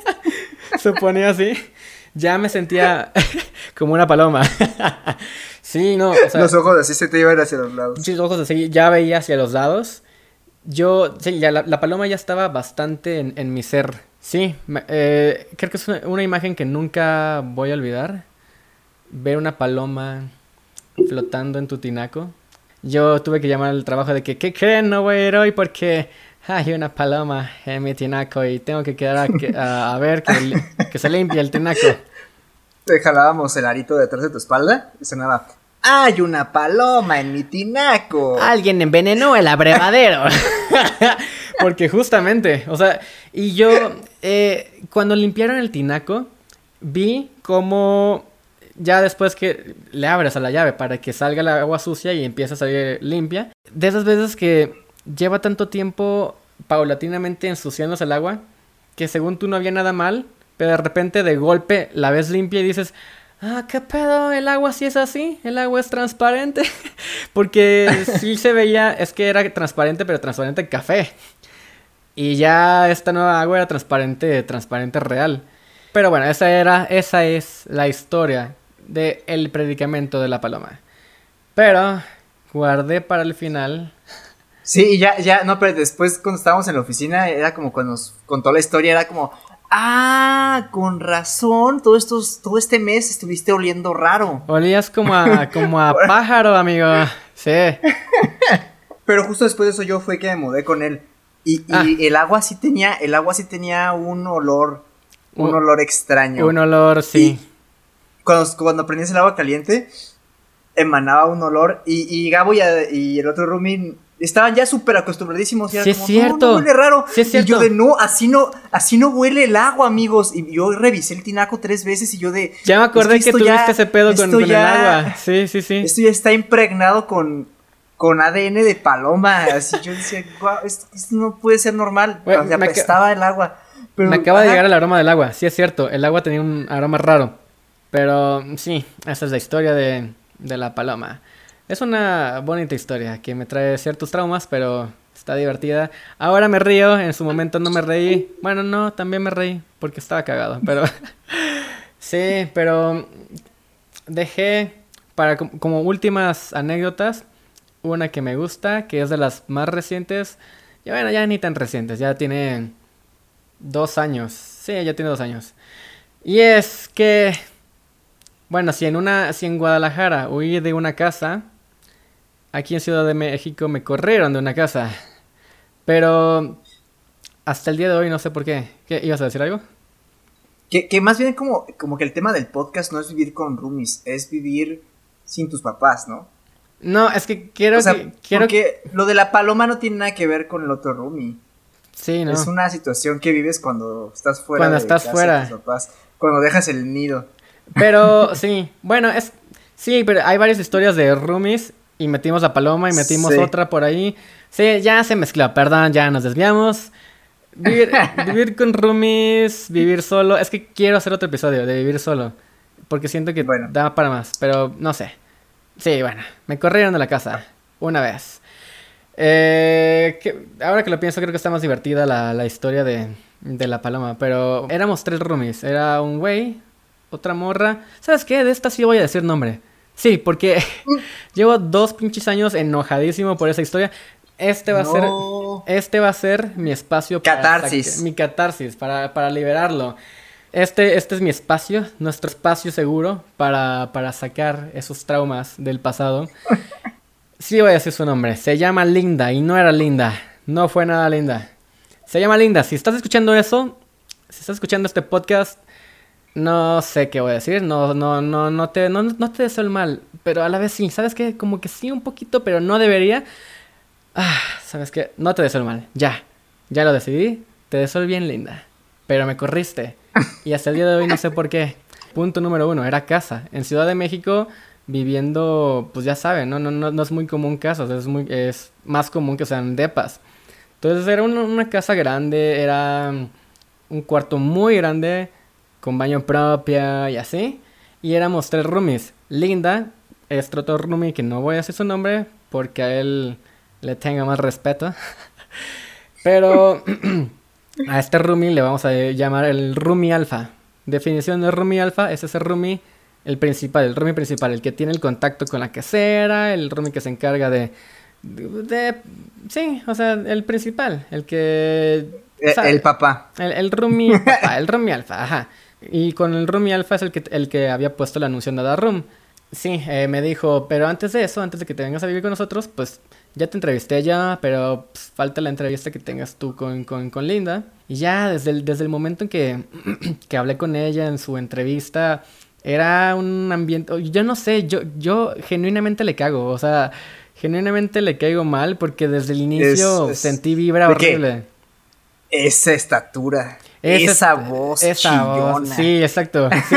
ponía así. Ya me sentía como una paloma. Sí, no, o sea, los ojos así se te iban hacia los lados. Sí, los ojos así, ya veía hacia los lados. Sí, ya la paloma ya estaba bastante en mi ser. Sí, creo que es una imagen que nunca voy a olvidar. Ver una paloma flotando en tu tinaco. Yo tuve que llamar al trabajo de que, ¿qué creen? No voy a ir hoy porque hay una paloma en mi tinaco y tengo que quedar a ver que se limpie el tinaco. Te jalábamos el arito detrás de tu espalda y sonaba, ¡hay una paloma en mi tinaco! Alguien envenenó el abrevadero. Porque justamente, o sea, y yo, cuando limpiaron el tinaco, vi cómo ya después que le abres a la llave para que salga el agua sucia y empieza a salir limpia, de esas veces que lleva tanto tiempo paulatinamente ensuciándose el agua, que según tú no había nada mal, pero de repente de golpe la ves limpia y dices, ¿qué pedo? El agua sí es así, el agua es transparente. Porque sí se veía, es que era transparente, pero transparente café. Y ya esta nueva agua era transparente real. Pero bueno, esa es la historia del predicamento de la paloma. Pero guardé para el final. Sí, ya, no, pero después cuando estábamos en la oficina, era como cuando nos contó la historia, era como, Ah, con razón. Todo este mes estuviste oliendo raro. Olías como a pájaro, amigo. Sí. Pero justo después de eso yo fue que me mudé con él. Y el agua sí tenía un olor extraño. Un olor, sí. Y cuando prendías el agua caliente, emanaba un olor. Y Gabo y el otro roomie estaban ya súper acostumbradísimos. Y era sí, como, es cierto. No, huele raro. Sí, es cierto. Y yo de, no, así no huele el agua, amigos. Y yo revisé el tinaco 3 veces y yo de... Ya me acordé que tuviste ese pedo con el agua. Sí. Esto ya está impregnado con ADN de paloma. Así yo decía, wow, esto no puede ser normal. Bueno, o sea, apestaba el agua. Pero, me acaba de llegar el aroma del agua. Sí, es cierto. El agua tenía un aroma raro. Pero sí, esa es la historia de la paloma. Es una bonita historia que me trae ciertos traumas, pero está divertida. Ahora me río, en su momento no me reí. Bueno, no, también me reí porque estaba cagado, pero... sí, pero dejé para como últimas anécdotas una que me gusta, que es de las más recientes. Y bueno, ya ni tan recientes, ya tiene 2 años. Sí, ya tiene 2 años. Y es que... Bueno, si en Guadalajara huí de una casa, aquí en Ciudad de México me corrieron de una casa. Pero hasta el día de hoy no sé por qué. ¿Qué ibas a decir algo? Que más bien como que el tema del podcast no es vivir con roomies, es vivir sin tus papás, ¿no? No, es que quiero porque lo de la paloma no tiene nada que ver con el otro roomie. Sí, ¿no? Es una situación que vives cuando estás fuera de casa de tus papás, cuando dejas el nido. Pero sí, bueno, sí, pero hay varias historias de roomies y metimos la paloma y metimos otra por ahí. Sí, ya se mezcló, perdón, ya nos desviamos. Vivir con roomies, vivir solo. Es que quiero hacer otro episodio de vivir solo, porque siento que da para más, pero no sé. Sí, bueno, me corrieron de la casa una vez. Ahora que lo pienso, creo que está más divertida la historia de la paloma, pero éramos 3 roomies. Era un güey, otra morra. ¿Sabes qué? De esta sí voy a decir nombre. Sí, porque llevo 2 pinches años enojadísimo por esa historia. Este va a ser mi espacio catarsis. Mi catarsis para liberarlo. Este es mi espacio, nuestro espacio seguro para sacar esos traumas del pasado. Sí voy a decir su nombre. Se llama Linda y no era linda. No fue nada linda. Se llama Linda. Si estás escuchando eso, si estás escuchando este podcast, no sé qué voy a decir. No te deseo el mal. Pero a la vez sí. ¿Sabes qué? Como que sí un poquito, pero no debería. ¿Sabes qué? No te deseo el mal. Ya lo decidí. Te deseo el bien, Linda. Pero me corriste. Y hasta el día de hoy no sé por qué. Punto número 1. Era casa. En Ciudad de México, viviendo, pues ya saben, no es muy común casas. Es más común que sean depas. Entonces era una casa grande. Era un cuarto muy grande, con baño propia y así. Y éramos 3 roomies. Linda, este otro roomie que no voy a decir su nombre porque a él le tenga más respeto. Pero a este roomie le vamos a llamar el roomie alfa. Definición de roomie alfa es ese roomie, el roomie principal, el que tiene el contacto con la casera, el roomie que se encarga de sí, o sea, el principal, el que... El papá. El roomie papá, el roomie alfa, ajá. Y con el roomie alfa es el que había puesto el anuncio en Nada Room. Sí, me dijo, pero antes de eso, antes de que te vengas a vivir con nosotros, pues ya te entrevisté ya, pero pues, falta la entrevista que tengas tú con Linda. Y ya desde el momento en que hablé con ella en su entrevista, era un ambiente... Yo no sé, yo genuinamente le cago, o sea, genuinamente le caigo mal porque desde el inicio sentí vibra horrible. Esa estatura... Esa voz chillona. Sí, exacto. Sí.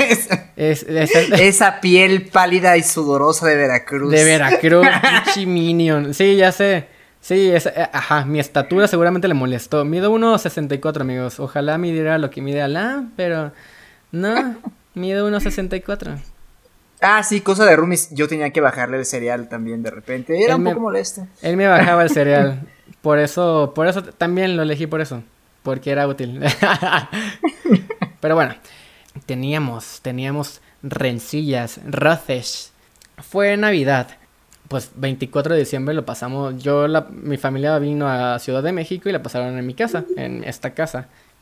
Esa piel pálida y sudorosa de Veracruz. De Veracruz, pinche minion. Sí, ya sé. Sí, mi estatura seguramente le molestó. Mido 1.64, amigos. Ojalá midiera lo que mide Alá, pero no, mido 1.64. Sí, cosa de roomies. Yo tenía que bajarle el cereal también de repente. Era un poco molesto. Él me bajaba el cereal. Por eso también lo elegí por eso. Porque era útil. Pero bueno, teníamos rencillas, roces. Fue Navidad. Pues 24 de diciembre lo pasamos. Mi familia vino a Ciudad de México y la pasaron en mi casa, en esta casa.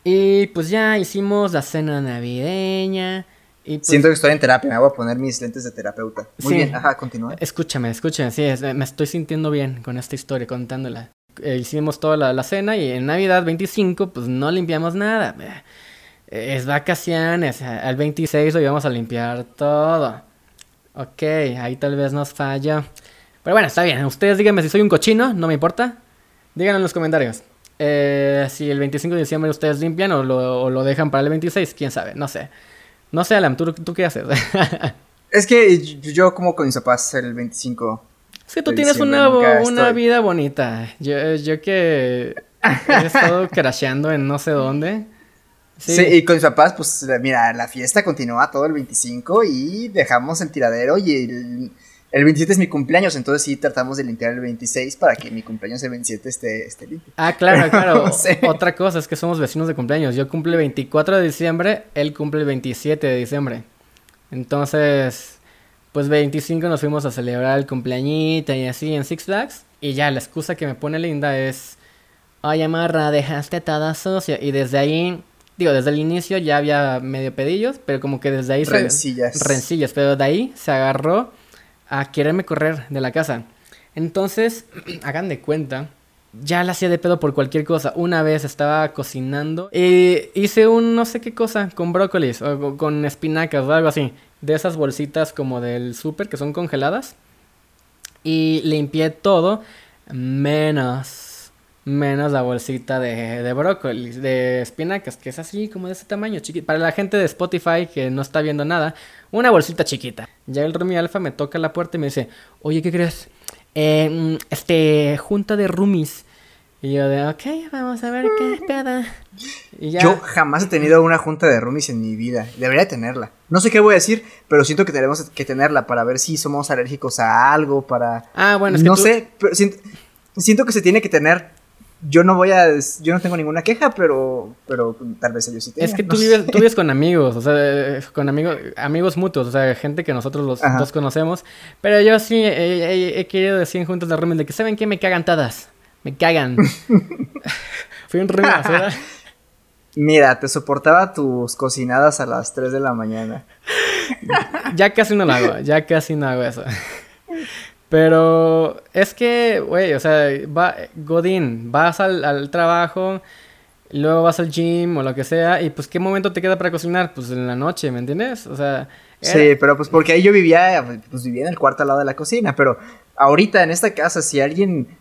Y pues ya hicimos la cena navideña. Y pues, siento que estoy en terapia, me voy a poner mis lentes de terapeuta. Muy sí, bien, ajá, continúa. Escúchame, sí, me estoy sintiendo bien con esta historia, contándola. Hicimos toda la cena y en Navidad 25 pues no limpiamos nada. Es vacaciones, al 26 lo íbamos a limpiar todo. Ok, ahí tal vez nos falla. Pero bueno, está bien, ustedes díganme si soy un cochino, no me importa. Díganlo en los comentarios. Si el 25 de diciembre ustedes limpian o lo dejan para el 26, quién sabe, no sé. No sé, Alan, ¿tú qué haces? Es que yo como con mis papás el 25. Es que tú de tienes diciembre una estoy. vida bonita. Yo que he estado crasheando en no sé dónde. Sí, y con mis papás, pues mira, la fiesta continúa todo el 25 y dejamos el tiradero y el 27 es mi cumpleaños, entonces sí tratamos de limpiar el 26 para que mi cumpleaños el 27 esté limpio. Ah, claro. No sé. Otra cosa es que somos vecinos de cumpleaños. Yo cumple el 24 de diciembre, él cumple el 27 de diciembre. Entonces, pues 25 nos fuimos a celebrar el cumpleañito y así en Six Flags. Y ya, la excusa que me pone linda es: oye, Marra, dejaste toda sucia. Y desde ahí, digo, desde el inicio ya había medio pedillos, pero como que desde ahí rencillas, pero de ahí se agarró a quererme correr de la casa. Entonces, hagan de cuenta, ya la hacía de pedo por cualquier cosa. Una vez estaba cocinando y hice un no sé qué cosa con brócolis o con espinacas o algo así. De esas bolsitas como del súper que son congeladas. Y limpié todo menos la bolsita de brócoli, de espinacas, que es así como de ese tamaño, chiquito. Para la gente de Spotify que no está viendo nada, una bolsita chiquita. Ya el Rumi Alfa me toca la puerta y me dice: oye, ¿qué crees? Junta de roomies. Y yo de, ok, vamos a ver qué pedo. Y ya. Yo jamás he tenido una junta de roomies en mi vida. Debería tenerla. No sé qué voy a decir, pero siento que tenemos que tenerla para ver si somos alérgicos a algo, para... Ah, bueno, es que no sé, pero siento que se tiene que tener. Yo no tengo ninguna queja, pero tal vez ellos sí tengan. Es que no tú vives con amigos, o sea, con amigos mutuos, o sea, gente que nosotros los dos conocemos. Pero yo sí he querido decir en juntas de roomies de que, ¿saben qué? Me cagan todas. Me cagan. Fui un roomie basura. Mira, te soportaba tus cocinadas a las 3 de la mañana. Ya casi no lo hago eso. Pero es que, güey, o sea, Godín, vas al trabajo, luego vas al gym o lo que sea, y pues, ¿qué momento te queda para cocinar? Pues en la noche, ¿me entiendes? O sea... Sí, pero pues porque ahí yo vivía en el cuarto al lado de la cocina, pero ahorita en esta casa, si alguien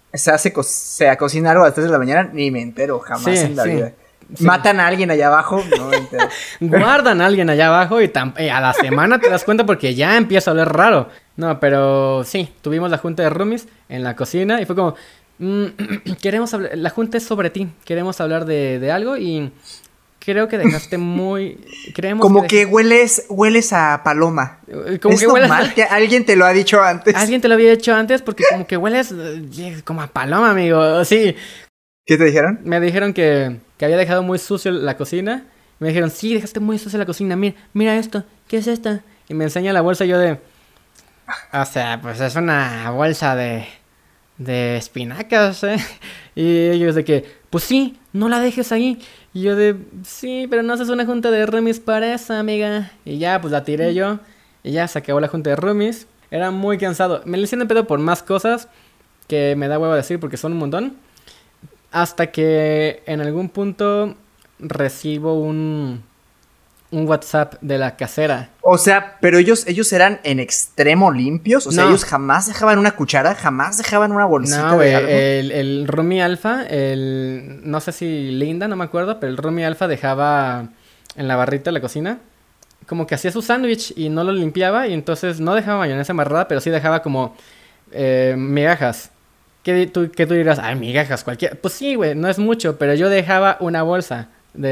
se a cocinar a las 3 de la mañana, ni me entero, jamás en la vida. Sí. Matan a alguien allá abajo, no me entero. Guardan a alguien allá abajo y a la semana te das cuenta porque ya empieza a oler raro. No, pero sí, tuvimos la junta de roomies en la cocina y fue como, queremos hablar, la junta es sobre ti, queremos hablar de algo y creo que dejaste como que hueles a paloma. Como que hueles mal, alguien te lo ha dicho antes. Alguien te lo había dicho antes porque como que hueles como a paloma, amigo, sí. ¿Qué te dijeron? Me dijeron que había dejado muy sucio la cocina. Me dijeron, sí, dejaste muy sucia la cocina. Mira esto. ¿Qué es esto? Y me enseña la bolsa y yo de... O sea, pues es una bolsa de espinacas, ¿eh? Y ellos de que, pues sí, no la dejes ahí. Y yo de, sí, pero no haces una junta de roomies para eso, amiga. Y ya, pues la tiré yo. Y ya se acabó la junta de roomies. Era muy cansado. Me le hicieron pedo por más cosas que me da huevo decir porque son un montón. Hasta que en algún punto recibo un WhatsApp de la casera. O sea, pero ellos eran en extremo limpios. O sea, ellos jamás dejaban una cuchara, jamás dejaban una bolsita de algo. El Roomie Alpha, no sé si Linda, no me acuerdo, pero el Roomie Alpha dejaba en la barrita de la cocina, como que hacía su sándwich y no lo limpiaba, y entonces no dejaba mayonesa amarrada, pero sí dejaba como migajas. ¿Qué tú dirás? Ay, migajas, cualquiera. Pues sí, güey, no es mucho, pero yo dejaba una bolsa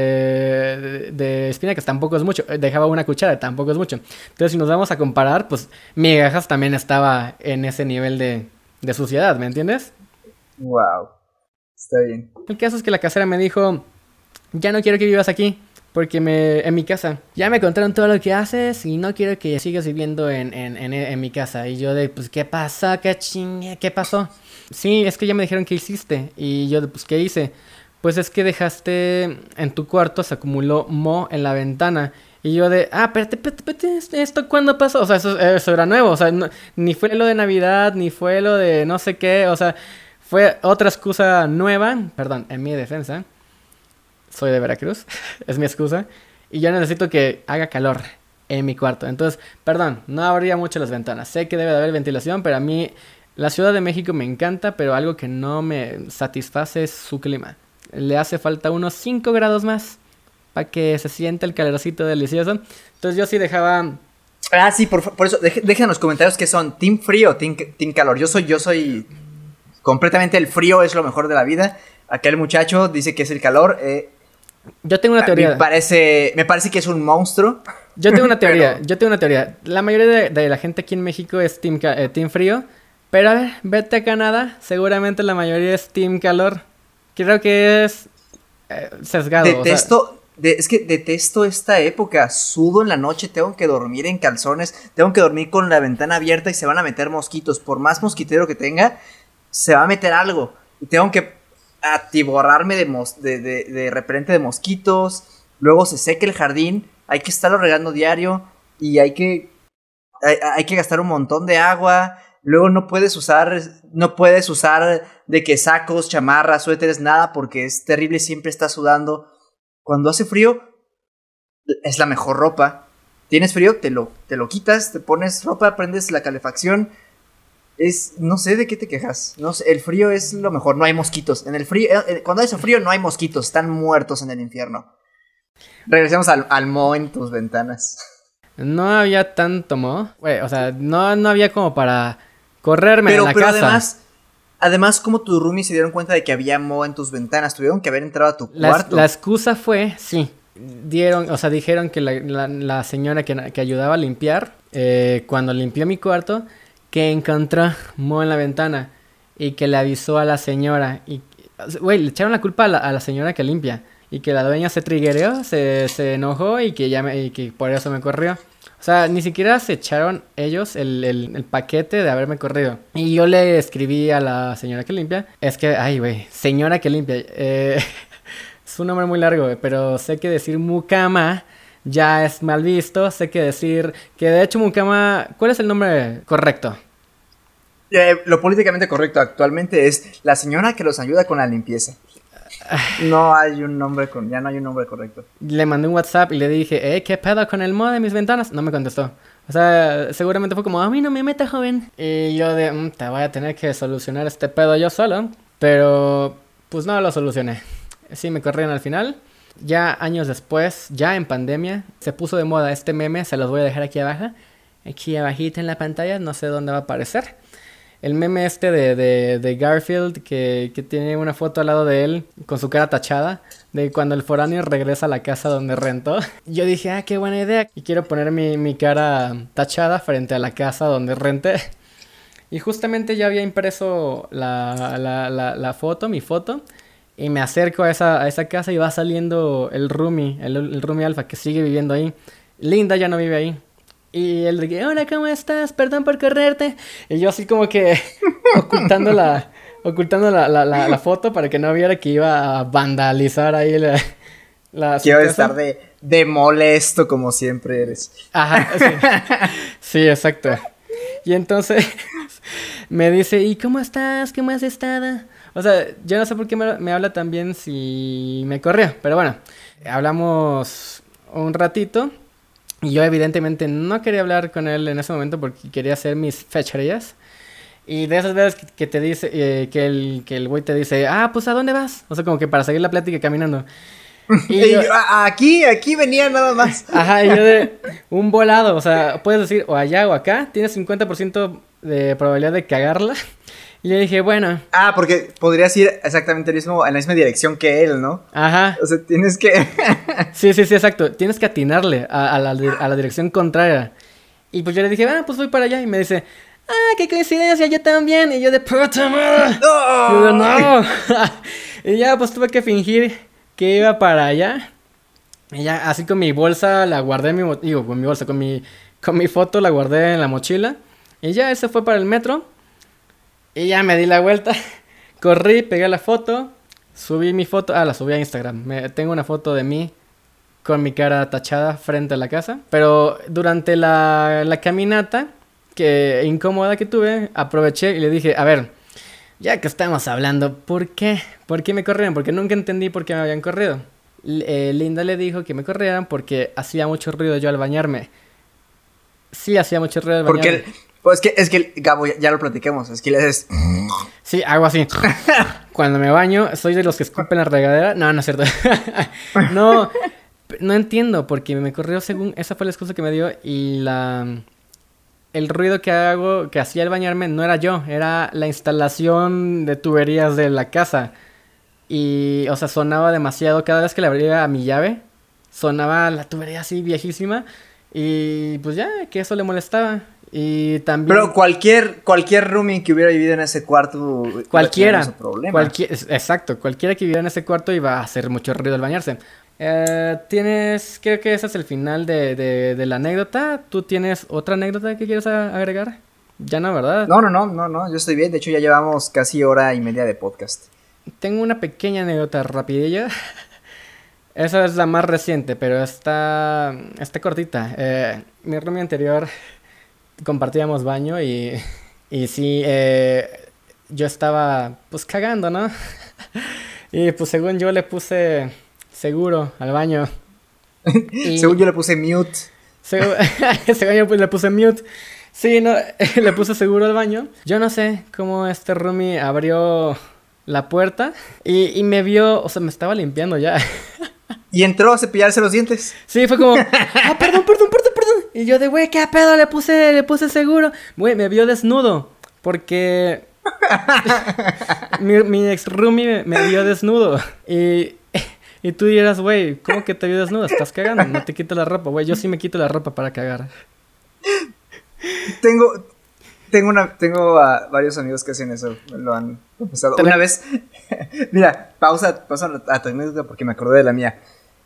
de espinacas, tampoco es mucho. Dejaba una cuchara, tampoco es mucho. Entonces, si nos vamos a comparar, pues migajas también estaba en ese nivel de suciedad, ¿me entiendes? Wow, está bien. El caso es que la casera me dijo, ya no quiero que vivas aquí, porque en mi casa ya me contaron todo lo que haces y no quiero que sigas viviendo en mi casa. Y yo de, pues, ¿qué pasó? ¿Qué pasó? Sí, es que ya me dijeron que hiciste. Y yo de, pues, ¿qué hice? pues es que dejaste en tu cuarto, se acumuló moho en la ventana. Y yo de, espérate, ¿esto cuándo pasó? O sea, eso era nuevo, o sea, ni fue lo de Navidad, ni fue lo de no sé qué, o sea, fue otra excusa nueva, perdón, en mi defensa, soy de Veracruz, es mi excusa, y yo necesito que haga calor en mi cuarto. Entonces, perdón, no abría mucho las ventanas, sé que debe de haber ventilación, pero a mí la Ciudad de México me encanta, pero algo que no me satisface es su clima. Le hace falta unos 5 grados más para que se sienta el calorcito delicioso. Entonces yo sí dejaba... Ah, sí, por eso, dejen en los comentarios qué son, ¿team frío o team calor? Yo soy completamente el frío, es lo mejor de la vida. Aquel muchacho dice que es el calor. Yo tengo una teoría. Me parece que es un monstruo. Yo tengo una teoría. La mayoría de la gente aquí en México es team frío. Pero a ver, vete a Canadá, seguramente la mayoría es team calor. Creo que es sesgado. Es que detesto esta época. Sudo en la noche, tengo que dormir en calzones, tengo que dormir con la ventana abierta y se van a meter mosquitos. Por más mosquitero que tenga, se va a meter algo. Y tengo que atiborrarme de repelente de mosquitos. Luego se seca el jardín, hay que estarlo regando diario y hay que gastar un montón de agua. Luego no puedes usar de que sacos, chamarras, suéteres, nada, porque es terrible, siempre estás sudando. Cuando hace frío, es la mejor ropa. Tienes frío, te lo quitas, te pones ropa, prendes la calefacción. No sé de qué te quejas. No sé, el frío es lo mejor, no hay mosquitos. En el frío, cuando hace frío no hay mosquitos, están muertos en el infierno. Regresemos al moho en tus ventanas. No había tanto moho, o sea, no había como para correrme de la casa. Además, como tus roomies se dieron cuenta de que había moho en tus ventanas, tuvieron que haber entrado a tu cuarto. La excusa fue, sí, dijeron que la señora que ayudaba a limpiar, cuando limpió mi cuarto, que encontró moho en la ventana y que le avisó a la señora. Y, le echaron la culpa a la señora que limpia. Y que la dueña se triguereó, se enojó y que por eso me corrió. O sea, ni siquiera se echaron ellos el paquete de haberme corrido. Y yo le escribí a la señora que limpia. Es que, señora que limpia. Es un nombre muy largo, pero sé que decir mucama ya es mal visto. Sé que decir que de hecho mucama... ¿Cuál es el nombre correcto? Lo políticamente correcto actualmente es la señora que los ayuda con la limpieza. No hay un nombre correcto. Le mandé un WhatsApp y le dije, ¿qué pedo con el moho de mis ventanas? No me contestó. O sea, seguramente fue como, a mí no me metas, joven. Y yo te voy a tener que solucionar este pedo yo solo. Pero, pues no lo solucioné. Sí, me corrieron al final. Ya años después, ya en pandemia, se puso de moda este meme. Se los voy a dejar aquí abajo. Aquí abajito en la pantalla, no sé dónde va a aparecer. El meme de Garfield que tiene una foto al lado de él con su cara tachada de cuando el foráneo regresa a la casa donde rentó. Yo dije, qué buena idea. Y quiero poner mi cara tachada frente a la casa donde renté. Y justamente ya había impreso la foto, mi foto. Y me acerco a esa casa y va saliendo el roomie alfa que sigue viviendo ahí. Linda ya no vive ahí. Y él de que, hola, ¿cómo estás? Perdón por correrte. Y yo así como que ocultando la foto para que no viera que iba a vandalizar ahí la quiero estar de molesto como siempre eres. Ajá, sí, exacto. Y entonces me dice, ¿y cómo estás? ¿Cómo has estado? O sea, yo no sé por qué me habla tan bien si me corrió. Pero bueno, hablamos un ratito. Y yo evidentemente no quería hablar con él en ese momento porque quería hacer mis fechorías. Y de esas veces que te dice, que el güey te dice, pues ¿a dónde vas? O sea, como que para seguir la plática caminando. Y yo, aquí venía nada más. Ajá, y yo de un volado, o sea, puedes decir o allá o acá, tienes 50% de probabilidad de cagarla. Y yo dije, bueno. Porque podrías ir exactamente en la misma dirección que él, ¿no? Ajá. O sea, tienes que... Sí, exacto. Tienes que atinarle a la dirección contraria. Y pues yo le dije, pues voy para allá. Y me dice, qué coincidencia, yo también. Y yo de puta madre. ¡No! Y yo, no. Y ya pues tuve que fingir que iba para allá. Y ya así con mi bolsa la guardé con mi foto la guardé en la mochila. Y ya él se fue para el metro. Y ya me di la vuelta, corrí, pegué la foto Subí mi foto, la subí a Instagram. Tengo una foto de mí con mi cara tachada frente a la casa. Pero durante la caminata incómoda que tuve, aproveché y le dije, a ver, ya que estamos hablando, ¿por qué? ¿Por qué me corrieron? Porque nunca entendí por qué me habían corrido. Linda le dijo que me corrieran porque hacía mucho ruido yo al bañarme. Sí, hacía mucho ruido al bañarme. Porque pues es que Gabo, ya lo platicamos, es que le haces... Sí, hago así. Cuando me baño, soy de los que escupen la regadera. No, no es cierto. No entiendo porque me corrió según... Esa fue la excusa que me dio y el ruido que hacía al bañarme no era yo, era la instalación de tuberías de la casa. Y, o sea, sonaba demasiado. Cada vez que le abría a mi llave, sonaba la tubería así viejísima. Y pues ya, que eso le molestaba. Y también... Pero cualquier roomie que hubiera vivido en ese cuarto... Cualquiera. Exacto. Cualquiera que viviera en ese cuarto iba a hacer mucho ruido al bañarse. Creo que ese es el final de la anécdota. ¿Tú tienes otra anécdota que quieres agregar? Ya no, ¿verdad? No, yo estoy bien. De hecho, ya llevamos casi hora y media de podcast. Tengo una pequeña anécdota rapidilla. Esa es la más reciente, pero está cortita. Mi roomie anterior compartíamos baño y sí, yo estaba pues cagando, ¿no? Y pues según yo le puse seguro al baño. Según yo le puse mute. Según yo pues, le puse mute. Sí, no, le puse seguro al baño. Yo no sé cómo este roomie abrió la puerta y me vio, o sea, me estaba limpiando ya. Y entró a cepillarse los dientes. Sí, fue como, perdón. Y yo de, güey, ¿qué pedo? Le puse seguro. Güey, me vio desnudo. Porque mi ex roomie me vio desnudo. Y tú dirás, güey, ¿cómo que te vio desnudo? Estás cagando, no te quites la ropa. Güey, yo sí me quito la ropa para cagar. Tengo a varios amigos que hacen eso, lo han confesado. Una vez, mira, pausa a tu anécdota porque me acordé de la mía.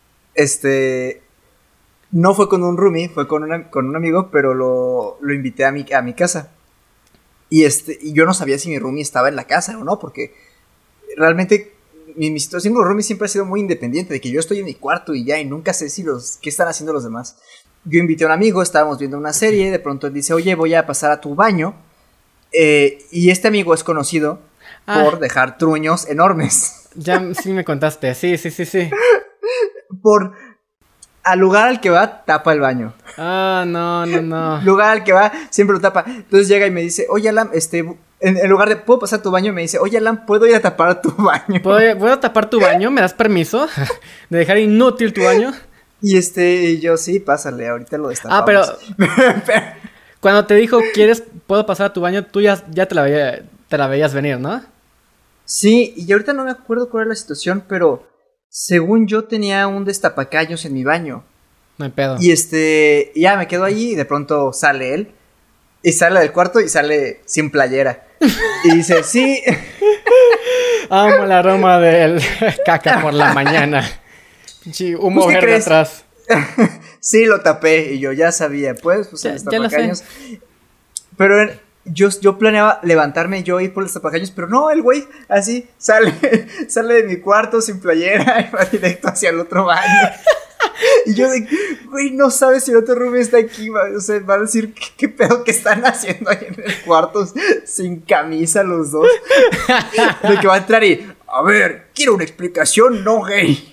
No fue con un roomie, fue con un amigo, pero lo invité a mi casa. Y yo no sabía si mi roomie estaba en la casa o no, porque realmente mi situación con los roomies siempre ha sido muy independiente, de que yo estoy en mi cuarto y ya, y nunca sé qué están haciendo los demás. Yo invité a un amigo, estábamos viendo una serie, de pronto él dice, oye, voy a pasar a tu baño. Y este amigo es conocido por dejar truños enormes. Ya sí me contaste, sí. Al lugar al que va, tapa el baño. No. Lugar al que va, siempre lo tapa. Entonces llega y me dice, oye, Alan, en lugar de, ¿puedo pasar a tu baño? Me dice, oye, Alan, ¿puedo ir a tapar tu baño? ¿Puedo tapar tu baño? ¿Me das permiso de dejar inútil tu baño? Y yo, sí, pásale, ahorita lo destapamos. Pero cuando te dijo, ¿puedo pasar a tu baño? Tú ya te la veías venir, ¿no? Sí, y ahorita no me acuerdo cuál era la situación, pero según yo tenía un destapacaños en mi baño. No hay pedo. Y ya me quedo allí y de pronto sale él. Y sale del cuarto y sale sin playera. Y dice, sí. Amo el aroma del caca por la mañana. Humo verde atrás. Sí, lo tapé y yo ya sabía. Pues el destapacaños. Pero yo planeaba levantarme yo ir por el destapacaños, pero no, el güey así sale de mi cuarto sin playera y va directo hacia el otro baño. Y yo de, güey, no sabes si el otro roomie está aquí, o sea, va a decir, ¿qué pedo que están haciendo ahí en el cuarto sin camisa los dos? De que va a entrar y, a ver, quiero una explicación no gay.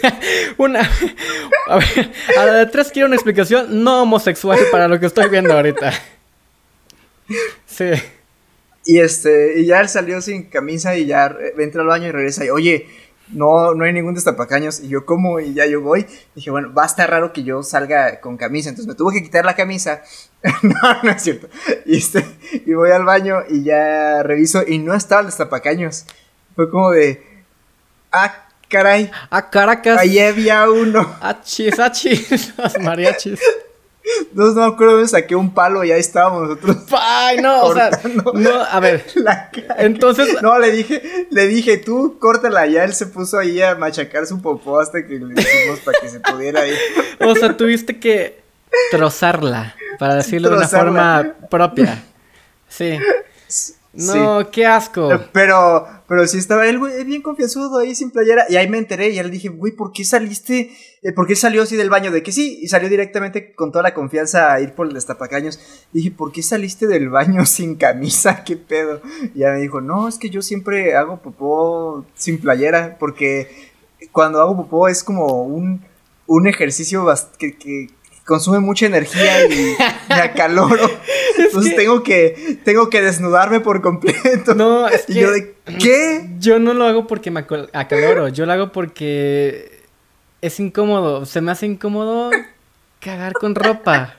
A ver, a la de atrás quiero una explicación no homosexual para lo que estoy viendo ahorita. Sí. Y ya él salió sin camisa y ya entra al baño y regresa y, oye, no hay ningún destapacaños. Y yo, ¿cómo? Y ya yo voy. Dije, bueno, va a estar raro que yo salga con camisa. Entonces me tuve que quitar la camisa. No es cierto. Y voy al baño y ya reviso y no estaba el destapacaños. Fue como de, caray. Caracas. Ahí había uno. Achis, los mariachis. No me acuerdo, me saqué un palo y ahí estábamos nosotros. Ay, no, o sea, no, a ver. Entonces. No, le dije, tú córtala. Ya él se puso ahí a machacar su popó hasta que le hicimos para que se pudiera ir. O sea, tuviste que trozarla, para decirlo de una forma propia. Sí. No, Sí. qué asco. Pero sí estaba él, güey, bien confianzudo ahí sin playera. Y ahí me enteré y ya le dije, güey, ¿por qué saliste? ¿Por qué salió así del baño? De que sí, y salió directamente con toda la confianza a ir por el destapacaños. Dije, ¿por qué saliste del baño sin camisa? ¿Qué pedo? Y ya me dijo, no, es que yo siempre hago popó sin playera, porque cuando hago popó es como un ejercicio que consume mucha energía y me acaloro. Entonces tengo que desnudarme por completo. No, es Y que yo de, ¿qué? yo no lo hago porque me acaloro, yo lo hago porque es incómodo, se me hace incómodo cagar con ropa.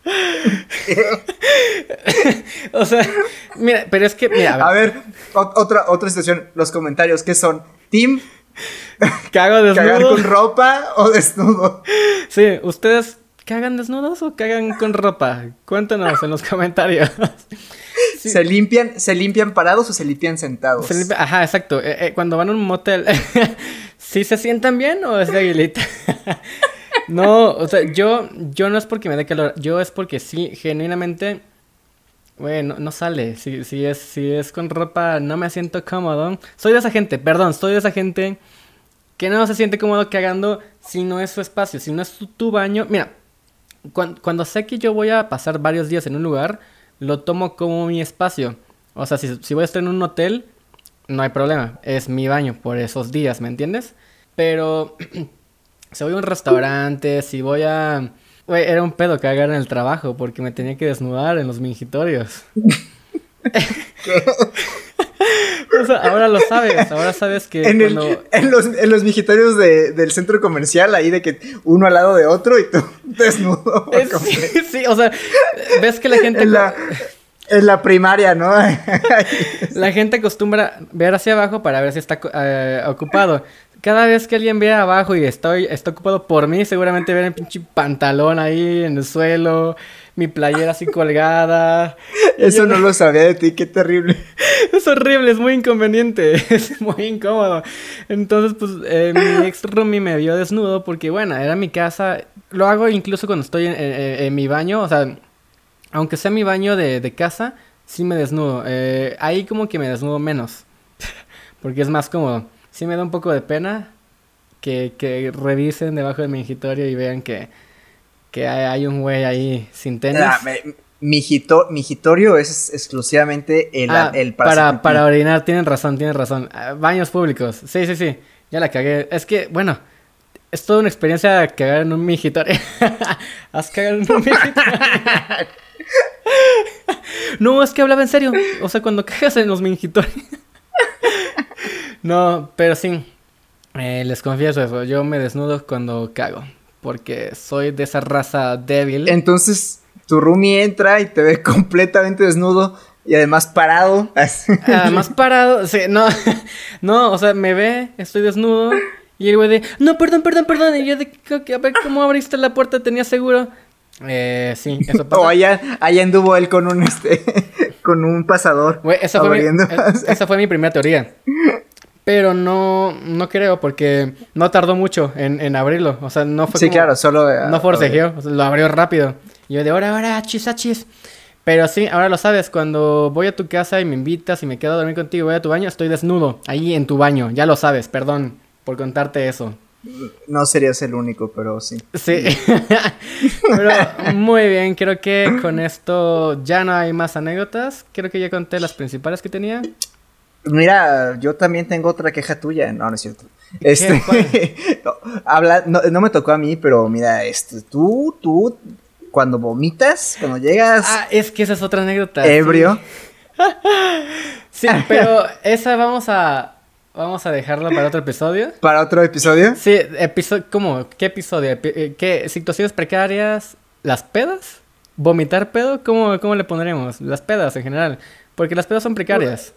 O sea, mira, pero es que, mira, A ver, otra situación, los comentarios, ¿qué son? ¿Team cago desnudo. cagar con ropa o desnudo? Sí, ¿ustedes cagan desnudos o cagan con ropa? Cuéntanos en los comentarios. Sí. ¿Se limpian parados o se limpian sentados? Ajá, exacto. Cuando van a un motel, ¿sí se sientan bien o es de aguilita? No, o sea, yo no es porque me dé calor, yo es porque sí, genuinamente, güey, no sale. Si es con ropa, no me siento cómodo. Soy de esa gente que no se siente cómodo cagando si no es su espacio, si no es tu baño. Mira, cuando sé que yo voy a pasar varios días en un lugar, lo tomo como mi espacio. O sea, si voy a estar en un hotel, no hay problema, es mi baño por esos días, ¿me entiendes? Pero si voy a un restaurante, si voy a... Güey, era un pedo cagar en el trabajo porque me tenía que desnudar en los mingitorios. O sea, ahora sabes que en los vigitorios del centro comercial, ahí de que uno al lado de otro y tú desnudo. por completo. Sí, o sea, ves que la gente... En la primaria, ¿no? La gente acostumbra ver hacia abajo para ver si está ocupado. Cada vez que alguien ve abajo y está ocupado por mí, seguramente ven el pinche pantalón ahí en el suelo, mi playera así colgada. Eso no lo sabía de ti, qué terrible. Es horrible, es muy inconveniente, es muy incómodo. Entonces, pues, mi ex roomie me vio desnudo porque, bueno, era mi casa. Lo hago incluso cuando estoy en mi baño, o sea, aunque sea mi baño de casa, sí me desnudo. Ahí como que me desnudo menos, porque es más cómodo. Sí me da un poco de pena que revisen debajo del mingitorio y vean que hay un güey ahí sin tenis. Mingitorio es exclusivamente el para orinar, tienen razón. Baños públicos, sí, ya la cagué. Es que, bueno, es toda una experiencia cagar en un mingitorio. ¿Has cagado en un mingitorio? No, es que hablaba en serio. O sea, cuando cagas en los mingitorios. No, pero sí, les confieso eso, yo me desnudo cuando cago, porque soy de esa raza débil. Entonces, tu roomie entra y te ve completamente desnudo y además parado. Además parado, sí, no, o sea, me ve, estoy desnudo y el güey de, no, perdón, y yo de, a ver, ¿cómo abriste la puerta? ¿Tenía seguro? Sí, eso pasa. O allá anduvo él con con un pasador. Güey, esa fue mi primera teoría. Pero no creo porque no tardó mucho en abrirlo. O sea, no fue sí, claro, solo... no forcejeó, o sea, lo abrió rápido. Y yo de ahora, achis. Pero sí, ahora lo sabes, cuando voy a tu casa y me invitas y me quedo a dormir contigo y voy a tu baño, estoy desnudo, ahí en tu baño. Ya lo sabes, perdón por contarte eso. No serías el único, pero sí. Sí. Pero muy bien, creo que con esto ya no hay más anécdotas. Creo que ya conté las principales que tenía. Mira, yo también tengo otra queja tuya. No es cierto. No me tocó a mí, pero mira, tú, cuando vomitas, cuando llegas... Ah, es que esa es otra anécdota. Ebrio. Sí, pero esa vamos a dejarla para otro episodio. ¿Para otro episodio? Sí, ¿cómo? ¿Qué episodio? ¿Qué situaciones precarias? ¿Las pedas? ¿Vomitar pedo? ¿Cómo le pondremos? Las pedas en general. Porque las pedas son precarias.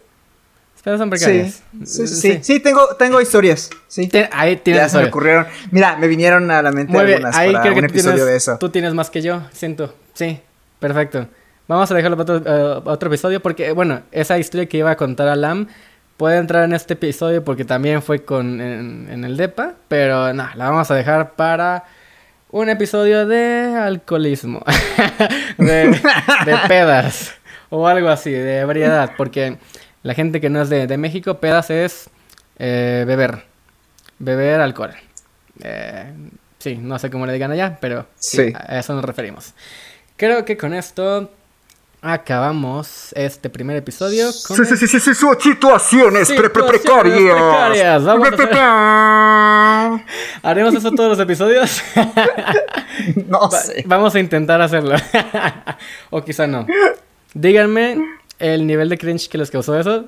Sí, tengo historias. Sí. Ahí tienes ya se me ocurrieron. Mira, me vinieron a la mente algunas ahí para creo un que episodio de eso. Tú tienes más que yo, siento. Sí, perfecto. Vamos a dejarlo para otro episodio porque, bueno, esa historia que iba a contar Alam puede entrar en este episodio porque también fue en el DEPA, pero no, la vamos a dejar para un episodio de alcoholismo, de pedas. O algo así, de variedad. Porque la gente que no es de México, pedas es beber. Beber alcohol. Sí, no sé cómo le digan allá, pero sí, a eso nos referimos. Creo que con esto acabamos este primer episodio con situaciones precarias. ¿Haremos eso todos los episodios? No sé. Vamos a intentar hacerlo. O quizá no. Díganme el nivel de cringe que les causó eso.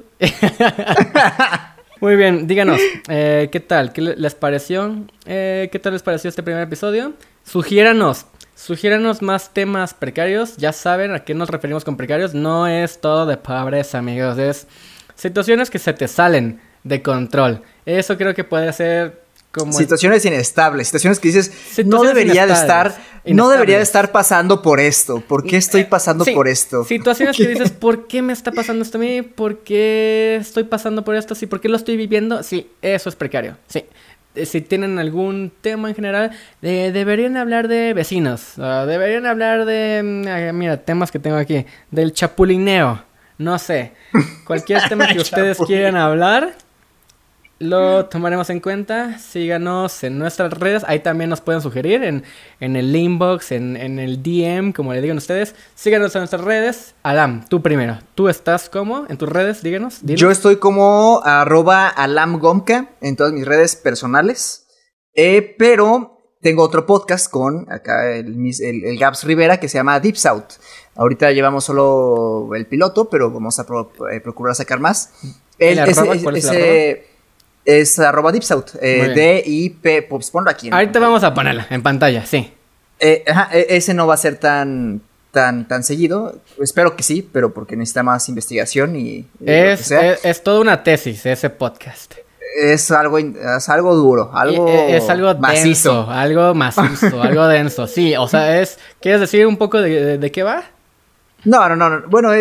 Muy bien, díganos, ¿qué tal? ¿Qué les pareció? ¿Qué tal les pareció este primer episodio? Sugiéranos más temas precarios. Ya saben a qué nos referimos con precarios. No es todo de pobreza, amigos. Es situaciones que se te salen de control. Eso creo que puede ser como... Situaciones inestables. Situaciones que dices, no debería de estar pasando por esto. ¿Por qué estoy pasando por esto? Situaciones que dices, ¿por qué me está pasando esto a mí? ¿Por qué estoy pasando por esto? Sí, ¿por qué lo estoy viviendo? Sí, eso es precario. Sí. Si tienen algún tema en general, deberían hablar de vecinos. Deberían hablar de... mira, temas que tengo aquí. Del chapulineo. No sé. Cualquier tema que ustedes quieran hablar, lo tomaremos en cuenta. Síganos en nuestras redes. Ahí también nos pueden sugerir en el inbox, en el DM, como le digan ustedes. Síganos en nuestras redes. Alam, tú primero. ¿Tú estás como en tus redes? Díganos. Yo estoy como @alamgomka en todas mis redes personales. Pero tengo otro podcast con acá el Gabs Rivera que se llama Deep South. Ahorita llevamos solo el piloto, pero vamos a procurar sacar más. ¿Cuál es el arroba? Es @Deep South, DIP, pues ponlo aquí. Ahorita vamos a ponerla en pantalla, sí. Ese no va a ser tan seguido. Espero que sí, pero porque necesita más investigación y es toda una tesis ese podcast. Es algo duro, es algo macizo. Algo denso. Sí, o sea, ¿quieres decir un poco de qué va? No. Bueno,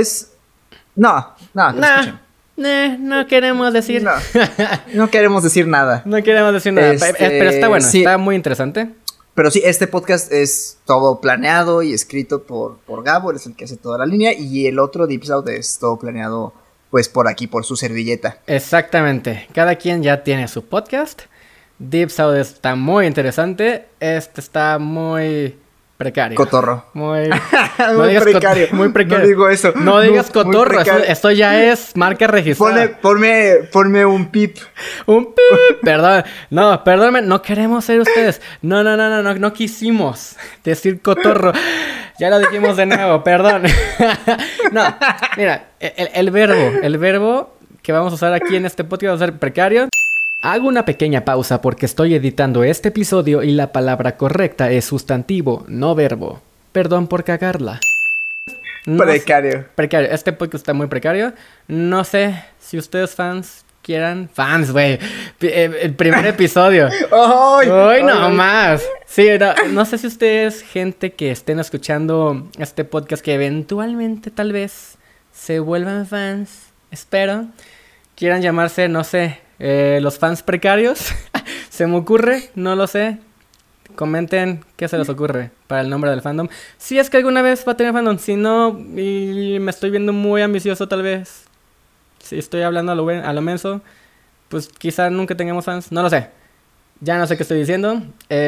No queremos decir. No queremos decir nada. No queremos decir nada. Pero está bueno, sí. Está muy interesante. Pero sí, este podcast es todo planeado y escrito por Gabo, él es el que hace toda la línea. Y el otro, Deep South, es todo planeado, pues, por aquí, por su servilleta. Exactamente. Cada quien ya tiene su podcast. Deep South está muy interesante. Este está muy... precario. Cotorro. Muy precario. Muy precario. No digo eso. No digas cotorro. Esto ya es marca registrada. Ponme un pip. Un pip. Perdón. No, perdóname. No queremos ser ustedes. No quisimos decir cotorro. Ya lo dijimos de nuevo. Perdón. No. Mira. El verbo que vamos a usar aquí en este podcast va a ser precario. Hago una pequeña pausa porque estoy editando este episodio y la palabra correcta es sustantivo, no verbo. Perdón por cagarla. Precario. Precario. Este podcast está muy precario. No sé si ustedes quieran... Fans, güey. El primer episodio. ¡Ay, no más! Sí, no sé si ustedes, gente que estén escuchando este podcast, que eventualmente tal vez se vuelvan fans, espero, quieran llamarse, no sé... los fans precarios. Se me ocurre, no lo sé. Comenten qué se les ocurre para el nombre del fandom. Si es que alguna vez va a tener fandom. Si no, y me estoy viendo muy ambicioso tal vez. Si estoy hablando a lo menso, pues quizá nunca tengamos fans. No lo sé. Ya no sé qué estoy diciendo.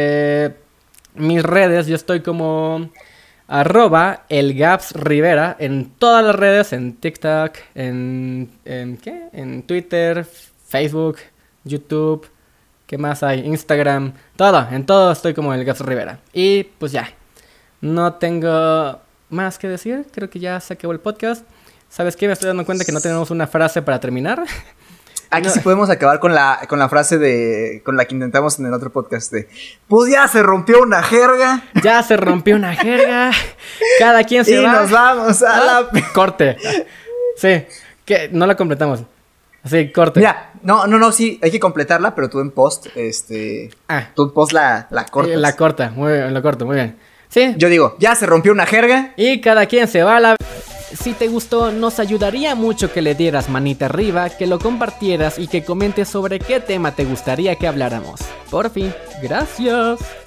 Mis redes, yo estoy como @elgabsrivera en todas las redes. En TikTok, en Twitter, Facebook, YouTube, ¿qué más hay? Instagram, en todo estoy como el Gabs Rivera. Y pues ya, no tengo más que decir, creo que ya se acabó el podcast. ¿Sabes qué? Me estoy dando cuenta que no tenemos una frase para terminar. Aquí sí podemos acabar con la frase con la que intentamos en el otro podcast pues ya se rompió una jerga. Ya se rompió una jerga. Cada quien se va. Y nos vamos a la... Corte. Sí, que no la completamos. Así, corte. Mira, no, sí, hay que completarla, pero tú en post, tú en post la cortas. La corta, muy bien, lo corto, muy bien. Sí. Yo digo, ya se rompió una jerga. Y cada quien se va a la... Si te gustó, nos ayudaría mucho que le dieras manita arriba, que lo compartieras y que comentes sobre qué tema te gustaría que habláramos. Por fin, gracias.